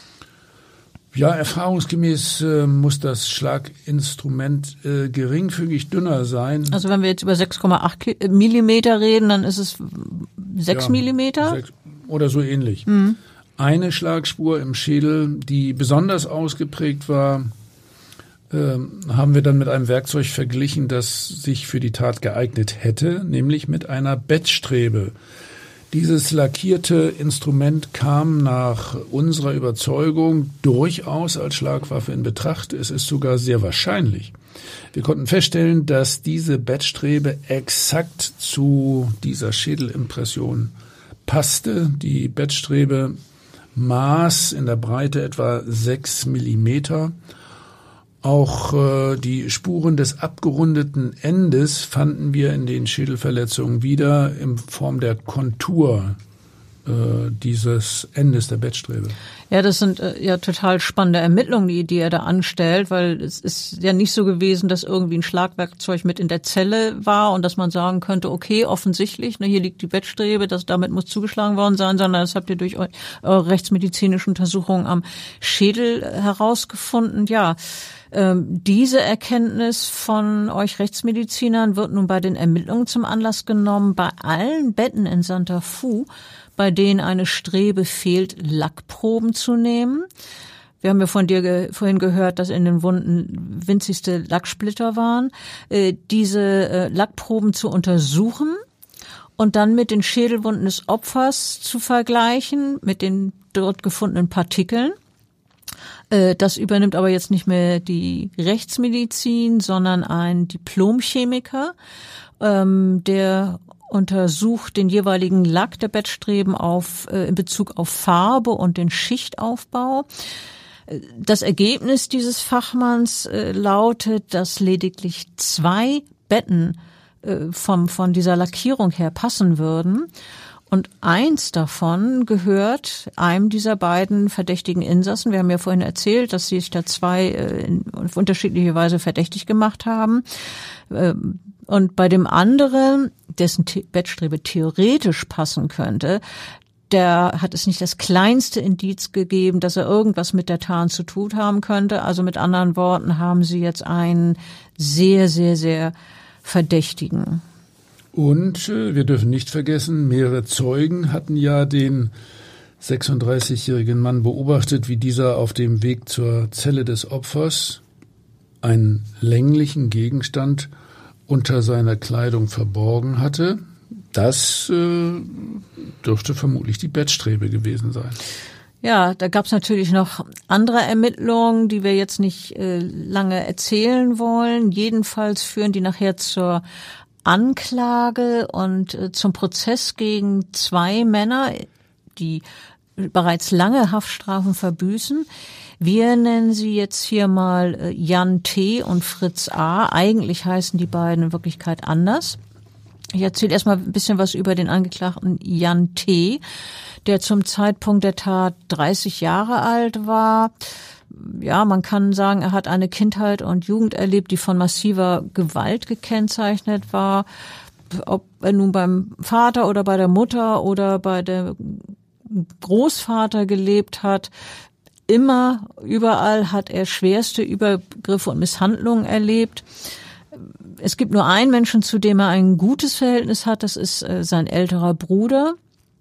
Ja, erfahrungsgemäß muss das Schlaginstrument geringfügig dünner sein. Also wenn wir jetzt über 6,8 Millimeter reden, dann ist es 6 Millimeter? 6 oder so ähnlich. Mhm. Eine Schlagspur im Schädel, die besonders ausgeprägt war, haben wir dann mit einem Werkzeug verglichen, das sich für die Tat geeignet hätte, nämlich mit einer Bettstrebe. Dieses lackierte Instrument kam nach unserer Überzeugung durchaus als Schlagwaffe in Betracht. Es ist sogar sehr wahrscheinlich. Wir konnten feststellen, dass diese Bettstrebe exakt zu dieser Schädelimpression passte. Die Bettstrebe maß in der Breite etwa 6 Millimeter. Auch die Spuren des abgerundeten Endes fanden wir in den Schädelverletzungen wieder in Form der Kontur dieses Endes der Bettstrebe. Ja, das sind ja total spannende Ermittlungen, die er da anstellt, weil es ist ja nicht so gewesen, dass irgendwie ein Schlagwerkzeug mit in der Zelle war und dass man sagen könnte, okay, offensichtlich, hier liegt die Bettstrebe, damit muss zugeschlagen worden sein, sondern das habt ihr durch eure rechtsmedizinische Untersuchung am Schädel herausgefunden. Ja, diese Erkenntnis von euch Rechtsmedizinern wird nun bei den Ermittlungen zum Anlass genommen, bei allen Betten in Santa Fu, bei denen eine Strebe fehlt, Lackproben zu nehmen. Wir haben ja von dir vorhin gehört, dass in den Wunden winzigste Lacksplitter waren. Diese Lackproben zu untersuchen und dann mit den Schädelwunden des Opfers zu vergleichen, mit den dort gefundenen Partikeln. Das übernimmt aber jetzt nicht mehr die Rechtsmedizin, sondern ein Diplomchemiker, der untersucht den jeweiligen Lack der Bettstreben in Bezug auf Farbe und den Schichtaufbau. Das Ergebnis dieses Fachmanns lautet, dass lediglich 2 Betten von dieser Lackierung her passen würden. Und eins davon gehört einem dieser beiden verdächtigen Insassen. Wir haben ja vorhin erzählt, dass sich da 2 auf unterschiedliche Weise verdächtig gemacht haben. Und bei dem anderen, dessen Bettstrebe theoretisch passen könnte, der hat es nicht das kleinste Indiz gegeben, dass er irgendwas mit der Tat zu tun haben könnte. Also mit anderen Worten haben sie jetzt einen sehr, sehr, sehr Verdächtigen. Und wir dürfen nicht vergessen, mehrere Zeugen hatten ja den 36-jährigen Mann beobachtet, wie dieser auf dem Weg zur Zelle des Opfers einen länglichen Gegenstand unter seiner Kleidung verborgen hatte. Das dürfte vermutlich die Bettstrebe gewesen sein. Ja, da gab's natürlich noch andere Ermittlungen, die wir jetzt nicht lange erzählen wollen. Jedenfalls führen die nachher zur Anklage und zum Prozess gegen 2 Männer, die bereits lange Haftstrafen verbüßen. Wir nennen sie jetzt hier mal Jan T. und Fritz A. Eigentlich heißen die beiden in Wirklichkeit anders. Ich erzähle erstmal ein bisschen was über den Angeklagten Jan T., der zum Zeitpunkt der Tat 30 Jahre alt war. Ja, man kann sagen, er hat eine Kindheit und Jugend erlebt, die von massiver Gewalt gekennzeichnet war. Ob er nun beim Vater oder bei der Mutter oder bei der Großvater gelebt hat, überall hat er schwerste Übergriffe und Misshandlungen erlebt. Es gibt nur einen Menschen, zu dem er ein gutes Verhältnis hat, das ist sein älterer Bruder.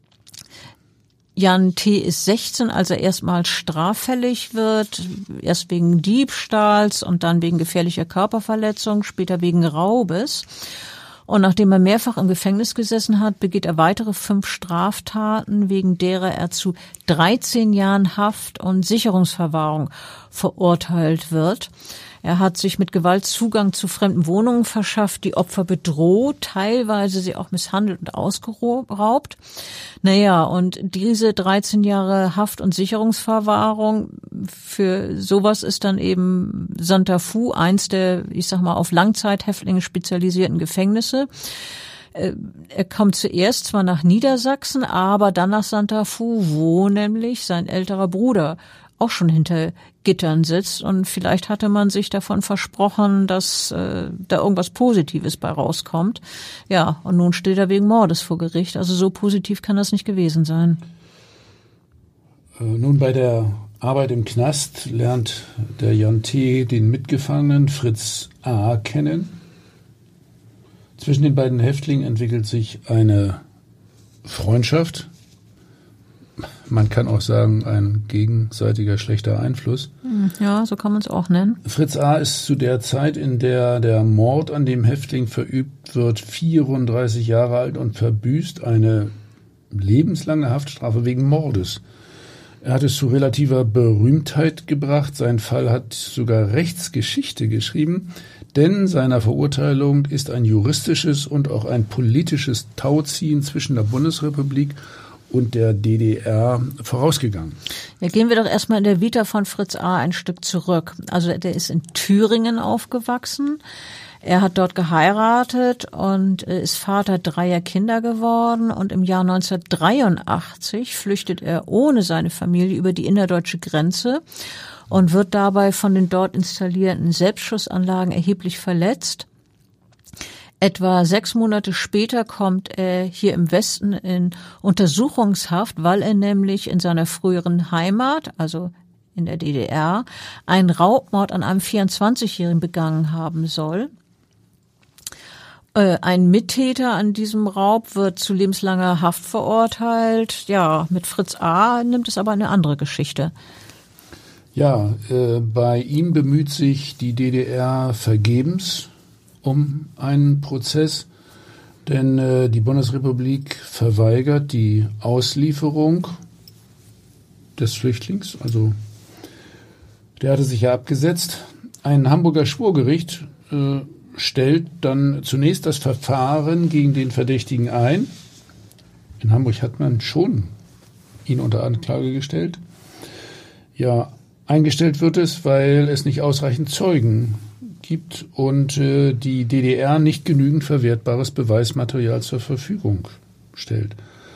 Jan T. ist 16, als er erstmals straffällig wird, erst wegen Diebstahls und dann wegen gefährlicher Körperverletzung, später wegen Raubes. Und nachdem er mehrfach im Gefängnis gesessen hat, begeht er weitere 5 Straftaten, wegen derer er zu 13 Jahren Haft und Sicherungsverwahrung verurteilt wird. Er hat sich mit Gewalt Zugang zu fremden Wohnungen verschafft, die Opfer bedroht, teilweise sie auch misshandelt und ausgeraubt. Naja, und diese 13 Jahre Haft- und Sicherungsverwahrung, für sowas ist dann eben Santa Fu eins der, ich sag mal, auf Langzeithäftlinge spezialisierten Gefängnisse. Er kommt zuerst zwar nach Niedersachsen, aber dann nach Santa Fu, wo nämlich sein älterer Bruder auch schon hinter Gittern sitzt, und vielleicht hatte man sich davon versprochen, dass da irgendwas Positives bei rauskommt. Ja, und nun steht er wegen Mordes vor Gericht. Also so positiv kann das nicht gewesen sein. Nun, bei der Arbeit im Knast lernt der Jan T. den Mitgefangenen Fritz A. kennen. Zwischen den beiden Häftlingen entwickelt sich eine Freundschaft. Man kann auch sagen, ein gegenseitiger schlechter Einfluss. Ja, so kann man es auch nennen. Fritz A. ist zu der Zeit, in der der Mord an dem Häftling verübt wird, 34 Jahre alt und verbüßt eine lebenslange Haftstrafe wegen Mordes. Er hat es zu relativer Berühmtheit gebracht. Sein Fall hat sogar Rechtsgeschichte geschrieben, denn seiner Verurteilung ist ein juristisches und auch ein politisches Tauziehen zwischen der Bundesrepublik und der DDR vorausgegangen. Ja, gehen wir doch erstmal in der Vita von Fritz A. ein Stück zurück. Also der ist in Thüringen aufgewachsen. Er hat dort geheiratet und ist Vater 3 Kinder geworden. Und im Jahr 1983 flüchtet er ohne seine Familie über die innerdeutsche Grenze und wird dabei von den dort installierten Selbstschussanlagen erheblich verletzt. Etwa 6 Monate später kommt er hier im Westen in Untersuchungshaft, weil er nämlich in seiner früheren Heimat, also in der DDR, einen Raubmord an einem 24-Jährigen begangen haben soll. Ein Mittäter an diesem Raub wird zu lebenslanger Haft verurteilt. Ja, mit Fritz A. nimmt es aber eine andere Geschichte. Ja, bei ihm bemüht sich die DDR vergebens um einen Prozess, denn die Bundesrepublik verweigert die Auslieferung des Flüchtlings. Also der hatte sich ja abgesetzt. Ein Hamburger Schwurgericht stellt dann zunächst das Verfahren gegen den Verdächtigen ein. In Hamburg hat man schon ihn unter Anklage gestellt. Ja, eingestellt wird es, weil es nicht ausreichend Zeugen gibt und die DDR nicht genügend verwertbares Beweismaterial zur Verfügung stellt.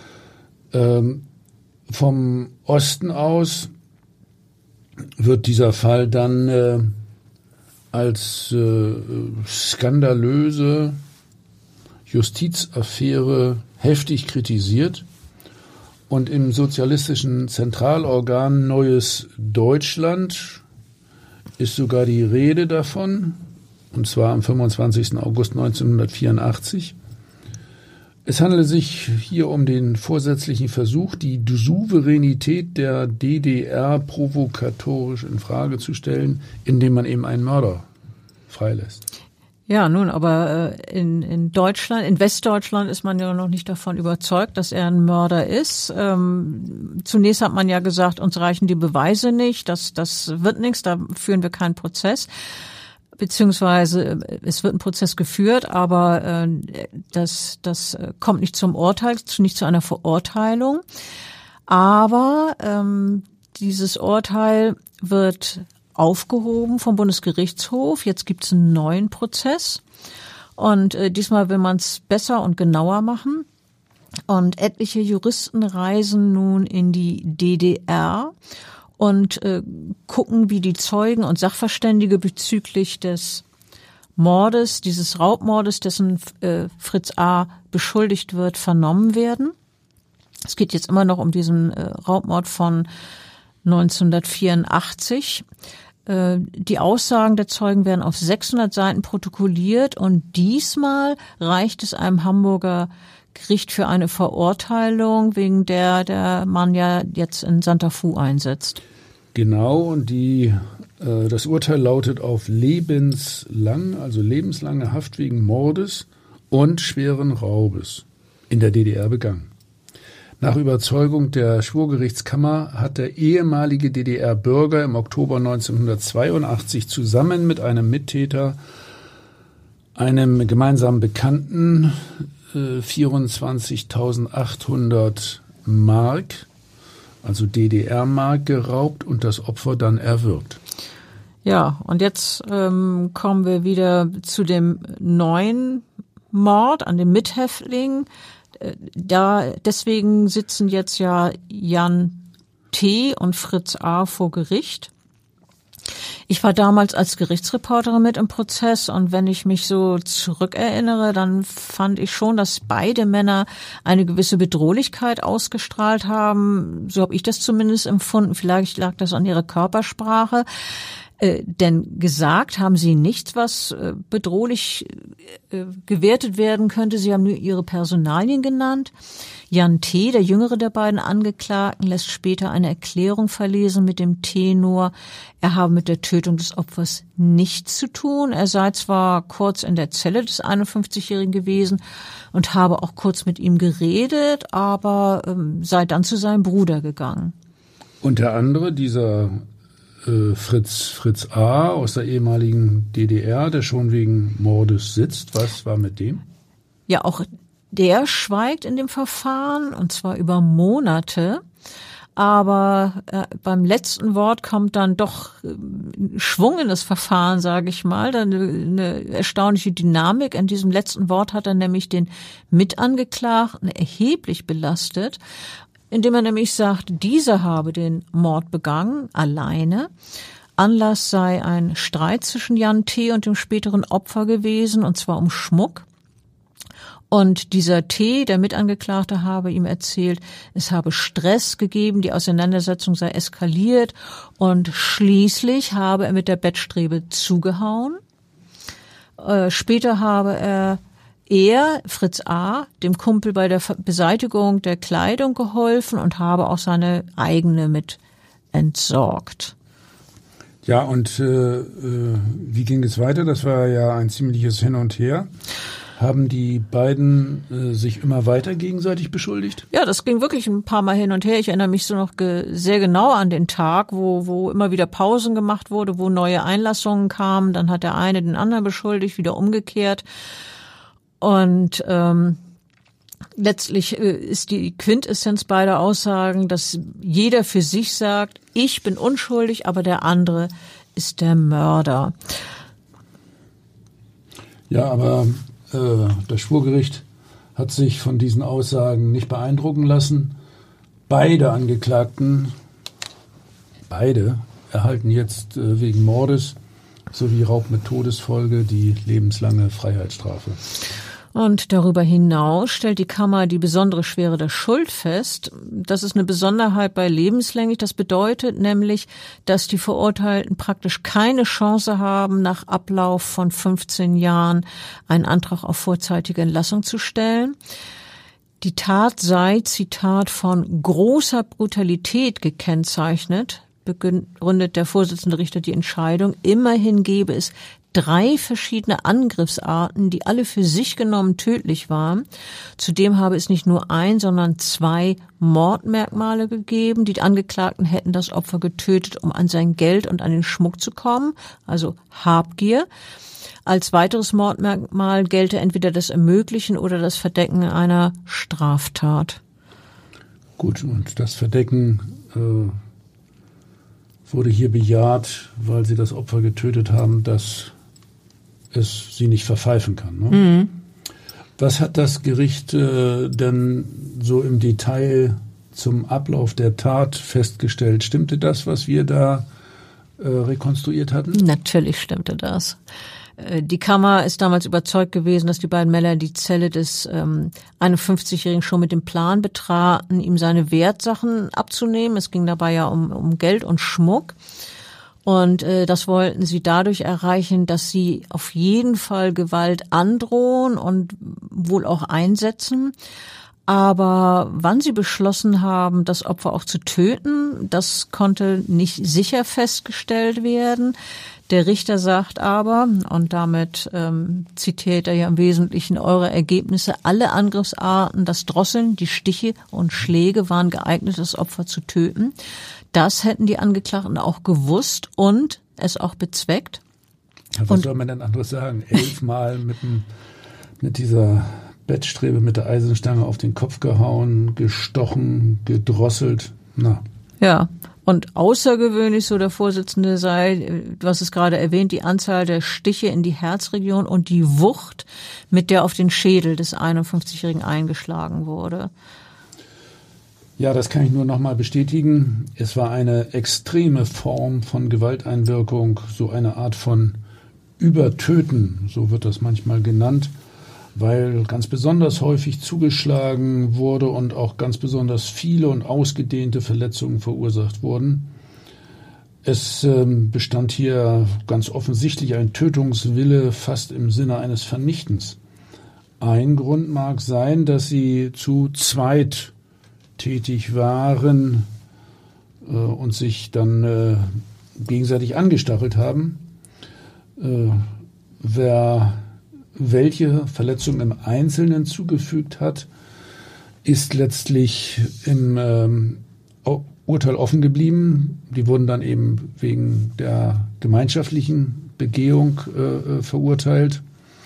Vom Osten aus wird dieser Fall dann als skandalöse Justizaffäre heftig kritisiert. Und im sozialistischen Zentralorgan Neues Deutschland ist sogar die Rede davon, und zwar am 25. August 1984. Es handelt sich hier um den vorsätzlichen Versuch, die Souveränität der DDR provokatorisch in Frage zu stellen, indem man eben einen Mörder freilässt. Ja, nun, aber in Deutschland, in Westdeutschland ist man ja noch nicht davon überzeugt, dass er ein Mörder ist. Zunächst hat man ja gesagt, uns reichen die Beweise nicht, das wird nichts, da führen wir keinen Prozess. Beziehungsweise es wird ein Prozess geführt, aber das kommt nicht zum Urteil, nicht zu einer Verurteilung. Aber dieses Urteil wird aufgehoben vom Bundesgerichtshof. Jetzt gibt es einen neuen Prozess und diesmal will man es besser und genauer machen. Und etliche Juristen reisen nun in die DDR und gucken, wie die Zeugen und Sachverständige bezüglich des Mordes, dieses Raubmordes, dessen Fritz A. beschuldigt wird, vernommen werden. Es geht jetzt immer noch um diesen Raubmord von 1984. Die Aussagen der Zeugen werden auf 600 Seiten protokolliert und diesmal reicht es einem Hamburger Gericht für eine Verurteilung, wegen der Mann ja jetzt in Santa Fu einsetzt. Genau, und das Urteil lautet auf lebenslange Haft wegen Mordes und schweren Raubes in der DDR begangen. Nach Überzeugung der Schwurgerichtskammer hat der ehemalige DDR-Bürger im Oktober 1982 zusammen mit einem Mittäter, einem gemeinsamen Bekannten, 24.800 Mark, also DDR-Mark, geraubt und das Opfer dann erwürgt. Ja, und jetzt kommen wir wieder zu dem neuen Mord an dem Mithäftling. Deswegen sitzen jetzt ja Jan T. und Fritz A. vor Gericht. Ich war damals als Gerichtsreporterin mit im Prozess und wenn ich mich so zurückerinnere, dann fand ich schon, dass beide Männer eine gewisse Bedrohlichkeit ausgestrahlt haben. So habe ich das zumindest empfunden. Vielleicht lag das an ihrer Körpersprache. Denn gesagt haben sie nichts, was bedrohlich gewertet werden könnte. Sie haben nur ihre Personalien genannt. Jan T., der jüngere der beiden Angeklagten, lässt später eine Erklärung verlesen mit dem Tenor, er habe mit der Tötung des Opfers nichts zu tun. Er sei zwar kurz in der Zelle des 51-Jährigen gewesen und habe auch kurz mit ihm geredet, aber sei dann zu seinem Bruder gegangen. Und der andere, dieser Fritz A. aus der ehemaligen DDR, der schon wegen Mordes sitzt. Was war mit dem? Ja, auch der schweigt in dem Verfahren, und zwar über Monate. Aber beim letzten Wort kommt dann doch Schwung in das Verfahren, sage ich mal. Dann eine erstaunliche Dynamik. In diesem letzten Wort hat er nämlich den Mitangeklagten erheblich belastet, indem er nämlich sagt, dieser habe den Mord begangen, alleine. Anlass sei ein Streit zwischen Jan T. und dem späteren Opfer gewesen, und zwar um Schmuck. Und dieser T., der Mitangeklagte, habe ihm erzählt, es habe Stress gegeben, die Auseinandersetzung sei eskaliert und schließlich habe er mit der Bettstrebe zugehauen. Später habe er, Fritz A., dem Kumpel bei der Beseitigung der Kleidung geholfen und habe auch seine eigene mit entsorgt. Ja, und wie ging es weiter? Das war ja ein ziemliches Hin und Her. Haben die beiden sich immer weiter gegenseitig beschuldigt? Ja, das ging wirklich ein paar Mal hin und her. Ich erinnere mich so noch sehr genau an den Tag, wo immer wieder Pausen gemacht wurde, wo neue Einlassungen kamen. Dann hat der eine den anderen beschuldigt, wieder umgekehrt. Und letztlich ist die Quintessenz beider Aussagen, dass jeder für sich sagt, ich bin unschuldig, aber der andere ist der Mörder. Ja, aber das Schwurgericht hat sich von diesen Aussagen nicht beeindrucken lassen. Beide Angeklagten, erhalten jetzt wegen Mordes sowie Raub mit Todesfolge die lebenslange Freiheitsstrafe. Und darüber hinaus stellt die Kammer die besondere Schwere der Schuld fest. Das ist eine Besonderheit bei lebenslänglich. Das bedeutet nämlich, dass die Verurteilten praktisch keine Chance haben, nach Ablauf von 15 Jahren einen Antrag auf vorzeitige Entlassung zu stellen. Die Tat sei, Zitat, von großer Brutalität gekennzeichnet, begründet der Vorsitzende Richter die Entscheidung. Immerhin gäbe es 3 verschiedene Angriffsarten, die alle für sich genommen tödlich waren. Zudem habe es nicht nur 1, sondern 2 Mordmerkmale gegeben. Die Angeklagten hätten das Opfer getötet, um an sein Geld und an den Schmuck zu kommen, also Habgier. Als weiteres Mordmerkmal gelte entweder das Ermöglichen oder das Verdecken einer Straftat. Gut, und das Verdecken wurde hier bejaht, weil sie das Opfer getötet haben, dass es sie nicht verpfeifen kann. Ne? Mhm. Was hat das Gericht denn so im Detail zum Ablauf der Tat festgestellt? Stimmte das, was wir da rekonstruiert hatten? Natürlich stimmte das. Die Kammer ist damals überzeugt gewesen, dass die beiden Männer die Zelle des 51-Jährigen schon mit dem Plan betraten, ihm seine Wertsachen abzunehmen. Es ging dabei ja um Geld und Schmuck. Und das wollten sie dadurch erreichen, dass sie auf jeden Fall Gewalt androhen und wohl auch einsetzen. Aber wann sie beschlossen haben, das Opfer auch zu töten, das konnte nicht sicher festgestellt werden. Der Richter sagt aber, und damit zitiert er ja im Wesentlichen eure Ergebnisse, alle Angriffsarten, das Drosseln, die Stiche und Schläge waren geeignet, das Opfer zu töten. Das hätten die Angeklagten auch gewusst und es auch bezweckt. Ja, was soll man denn anderes sagen? 11 Mal mit dieser Bettstrebe, mit der Eisenstange auf den Kopf gehauen, gestochen, gedrosselt. Na. Ja. Und außergewöhnlich, so der Vorsitzende sei, du hast es gerade erwähnt, die Anzahl der Stiche in die Herzregion und die Wucht, mit der auf den Schädel des 51-Jährigen eingeschlagen wurde. Ja, das kann ich nur noch mal bestätigen. Es war eine extreme Form von Gewalteinwirkung, so eine Art von Übertöten, so wird das manchmal genannt, weil ganz besonders häufig zugeschlagen wurde und auch ganz besonders viele und ausgedehnte Verletzungen verursacht wurden. Es bestand hier ganz offensichtlich ein Tötungswille fast im Sinne eines Vernichtens. Ein Grund mag sein, dass sie zu zweit tätig waren und sich dann gegenseitig angestachelt haben. Wer welche Verletzungen im Einzelnen zugefügt hat, ist letztlich im Urteil offen geblieben. Die wurden dann eben wegen der gemeinschaftlichen Begehung verurteilt.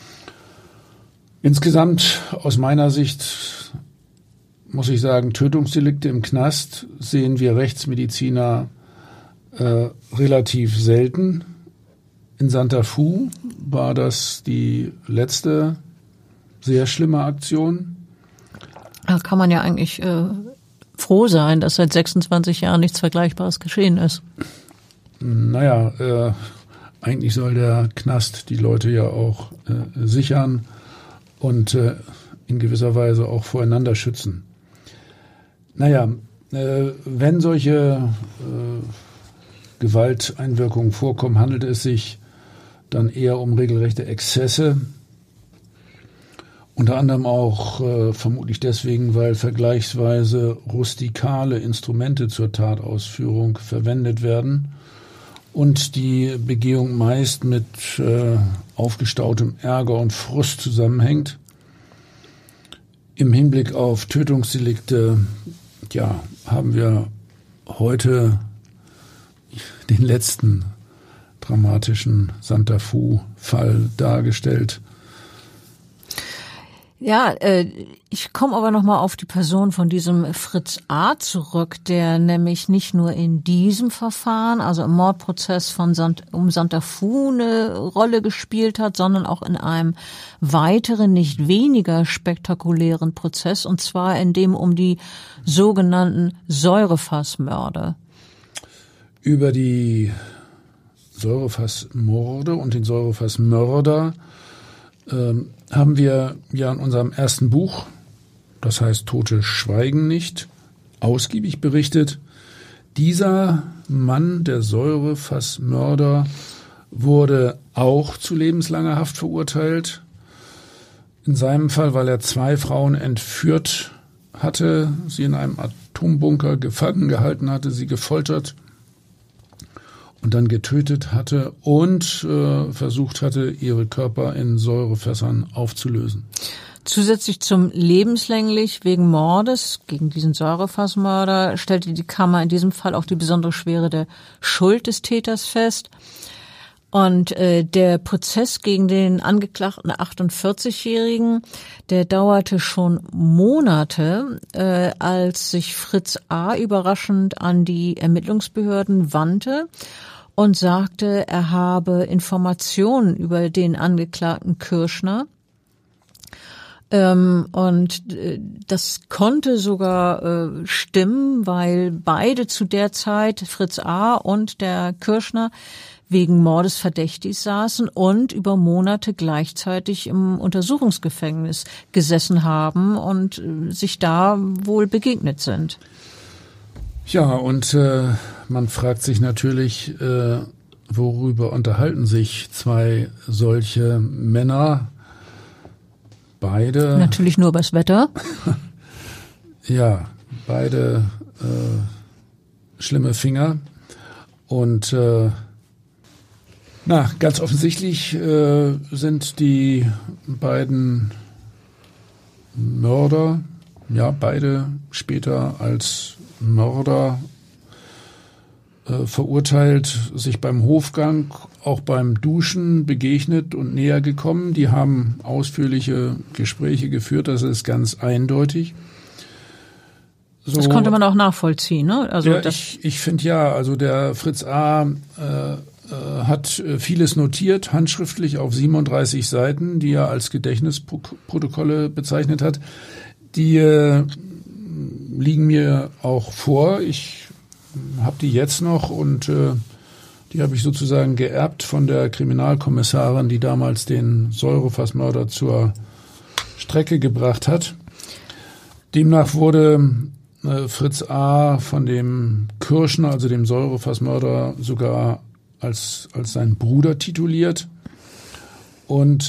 Insgesamt aus meiner Sicht muss ich sagen, Tötungsdelikte im Knast sehen wir Rechtsmediziner relativ selten. In Santa Fu war das die letzte sehr schlimme Aktion. Da kann man ja eigentlich froh sein, dass seit 26 Jahren nichts Vergleichbares geschehen ist. Naja, eigentlich soll der Knast die Leute ja auch sichern und in gewisser Weise auch voreinander schützen. Naja, wenn solche Gewalteinwirkungen vorkommen, handelt es sich dann eher um regelrechte Exzesse. Unter anderem auch vermutlich deswegen, weil vergleichsweise rustikale Instrumente zur Tatausführung verwendet werden und die Begehung meist mit aufgestautem Ärger und Frust zusammenhängt. Im Hinblick auf Tötungsdelikte, ja, haben wir heute den letzten dramatischen Santa Fu-Fall dargestellt. Ja, ich komme aber nochmal auf die Person von diesem Fritz A. zurück, der nämlich nicht nur in diesem Verfahren, also im Mordprozess um Santa Fu eine Rolle gespielt hat, sondern auch in einem weiteren, nicht weniger spektakulären Prozess, und zwar in dem um die sogenannten Säurefassmörder. Über die Säurefassmorde und den Säurefassmörder haben wir ja in unserem ersten Buch, das heißt Tote schweigen nicht, ausgiebig berichtet. Dieser Mann, der Säurefassmörder, wurde auch zu lebenslanger Haft verurteilt. In seinem Fall, weil er 2 Frauen entführt hatte, sie in einem Atombunker gefangen gehalten hatte, sie gefoltert und dann getötet hatte und versucht hatte, ihre Körper in Säurefässern aufzulösen. Zusätzlich zum lebenslänglich wegen Mordes gegen diesen Säurefassmörder stellte die Kammer in diesem Fall auch die besondere Schwere der Schuld des Täters fest. Und der Prozess gegen den angeklagten 48-Jährigen, der dauerte schon Monate, als sich Fritz A. überraschend an die Ermittlungsbehörden wandte und sagte, er habe Informationen über den Angeklagten Kirschner. Und das konnte sogar stimmen, weil beide zu der Zeit, Fritz A. und der Kirschner, wegen Mordes verdächtig saßen und über Monate gleichzeitig im Untersuchungsgefängnis gesessen haben und sich da wohl begegnet sind. Ja, und man fragt sich natürlich, worüber unterhalten sich zwei solche Männer? Beide. Natürlich nur übers Wetter. Ja, beide schlimme Finger. Und ganz offensichtlich sind die beiden Mörder, ja, beide später als Mörder verurteilt, sich beim Hofgang, auch beim Duschen begegnet und näher gekommen. Die haben ausführliche Gespräche geführt, das ist ganz eindeutig. So, das konnte man auch nachvollziehen, ne? Also ja, ich finde ja, also der Fritz A. Hat vieles notiert, handschriftlich auf 37 Seiten, die er als Gedächtnisprotokolle bezeichnet hat. Die liegen mir auch vor. Ich habe die jetzt noch und die habe ich sozusagen geerbt von der Kriminalkommissarin, die damals den Säurefassmörder zur Strecke gebracht hat. Demnach wurde Fritz A. von dem Kirschner, also dem Säurefassmörder, sogar als sein Bruder tituliert. Und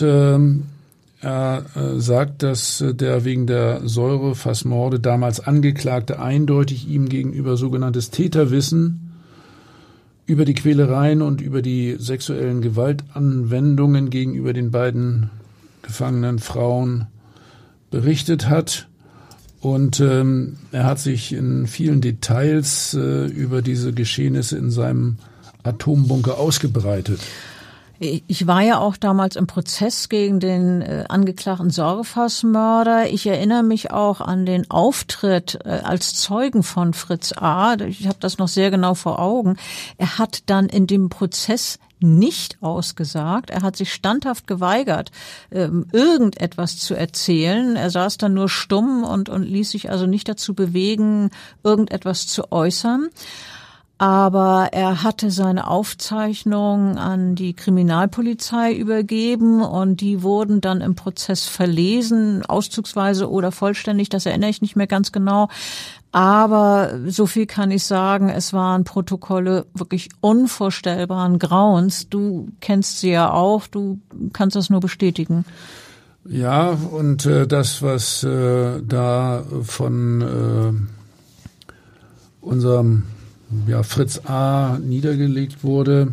er sagt, dass der wegen der Säurefassmorde damals Angeklagte eindeutig ihm gegenüber sogenanntes Täterwissen über die Quälereien und über die sexuellen Gewaltanwendungen gegenüber den beiden gefangenen Frauen berichtet hat. Und er hat sich in vielen Details über diese Geschehnisse in seinem Atombunker ausgebreitet. Ich war ja auch damals im Prozess gegen den angeklagten Säurefassmörder. Ich erinnere mich auch an den Auftritt als Zeugen von Fritz A. Ich habe das noch sehr genau vor Augen. Er hat dann in dem Prozess nicht ausgesagt. Er hat sich standhaft geweigert, irgendetwas zu erzählen. Er saß dann nur stumm und ließ sich also nicht dazu bewegen, irgendetwas zu äußern. Aber er hatte seine Aufzeichnungen an die Kriminalpolizei übergeben und die wurden dann im Prozess verlesen, auszugsweise oder vollständig, das erinnere ich nicht mehr ganz genau. Aber so viel kann ich sagen, es waren Protokolle wirklich unvorstellbaren Grauens. Du kennst sie ja auch, du kannst das nur bestätigen. Ja, und das, was da von unserem Fritz A. niedergelegt wurde,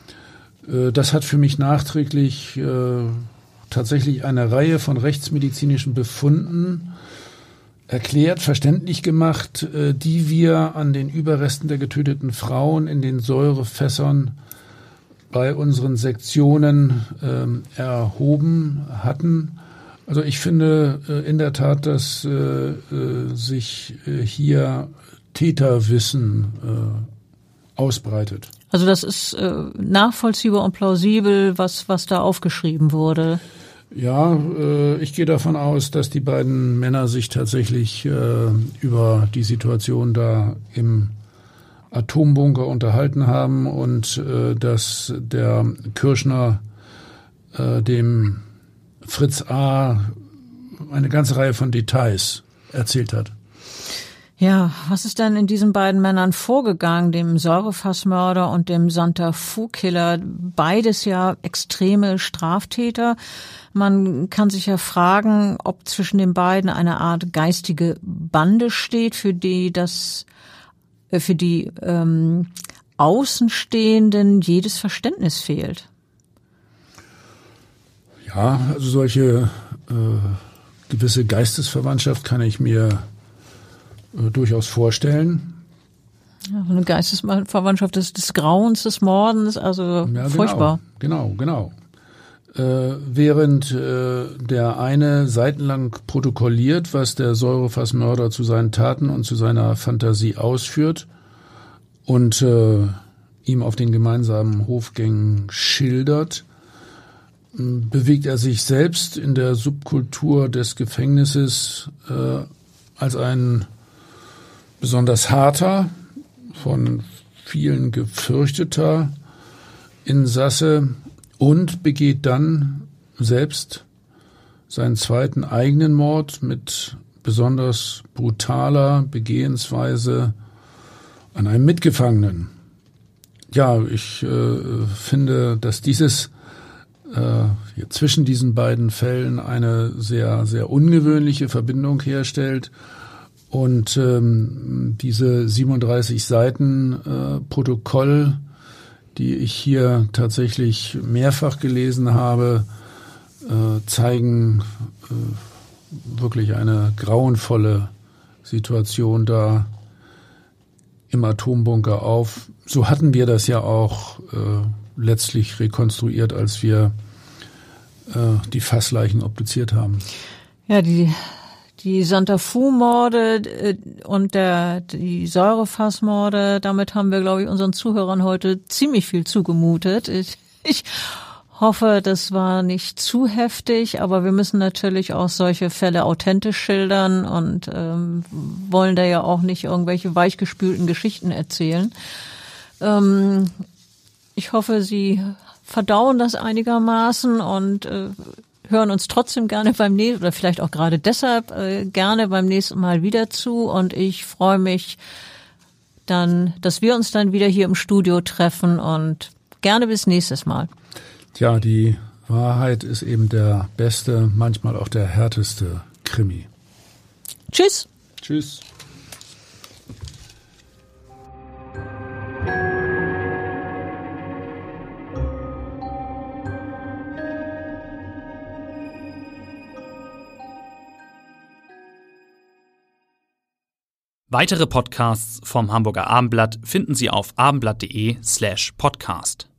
das hat für mich nachträglich tatsächlich eine Reihe von rechtsmedizinischen Befunden erklärt, verständlich gemacht, die wir an den Überresten der getöteten Frauen in den Säurefässern bei unseren Sektionen erhoben hatten. Also ich finde in der Tat, dass sich hier Täterwissen ausbreitet. Also das ist nachvollziehbar und plausibel, was da aufgeschrieben wurde. Ja, ich gehe davon aus, dass die beiden Männer sich tatsächlich über die Situation da im Atombunker unterhalten haben und dass der Kirschner dem Fritz A. eine ganze Reihe von Details erzählt hat. Ja, was ist denn in diesen beiden Männern vorgegangen, dem Säurefassmörder und dem Santa Fu-Killer? Beides ja extreme Straftäter. Man kann sich ja fragen, ob zwischen den beiden eine Art geistige Bande steht, für die Außenstehenden jedes Verständnis fehlt. Ja, also solche gewisse Geistesverwandtschaft kann ich mir durchaus vorstellen. Ja, so eine Geistesverwandtschaft des Grauens, des Mordens, also ja, furchtbar. Genau. Während der eine seitenlang protokolliert, was der Säurefassmörder zu seinen Taten und zu seiner Fantasie ausführt und ihm auf den gemeinsamen Hofgängen schildert, bewegt er sich selbst in der Subkultur des Gefängnisses als ein besonders harter, von vielen gefürchteter Insasse und begeht dann selbst seinen zweiten eigenen Mord mit besonders brutaler Begehensweise an einem Mitgefangenen. Ja, ich finde, dass dieses zwischen diesen beiden Fällen eine sehr, sehr ungewöhnliche Verbindung herstellt. Und diese 37 Seiten Protokoll, die ich hier tatsächlich mehrfach gelesen habe, zeigen wirklich eine grauenvolle Situation da im Atombunker auf. So hatten wir das ja auch letztlich rekonstruiert, als wir die Fassleichen obduziert haben. Ja, die Santa Fu-Morde und die Säurefassmorde, damit haben wir, glaube ich, unseren Zuhörern heute ziemlich viel zugemutet. Ich hoffe, das war nicht zu heftig, aber wir müssen natürlich auch solche Fälle authentisch schildern und wollen da ja auch nicht irgendwelche weichgespülten Geschichten erzählen. Ich hoffe, Sie verdauen das einigermaßen und hören uns trotzdem gerne beim nächsten, oder vielleicht auch gerade deshalb gerne beim nächsten Mal wieder zu. Und ich freue mich dann, dass wir uns dann wieder hier im Studio treffen und gerne bis nächstes Mal. Tja, die Wahrheit ist eben der beste, manchmal auch der härteste Krimi. Tschüss. Tschüss. Weitere Podcasts vom Hamburger Abendblatt finden Sie auf abendblatt.de/podcast.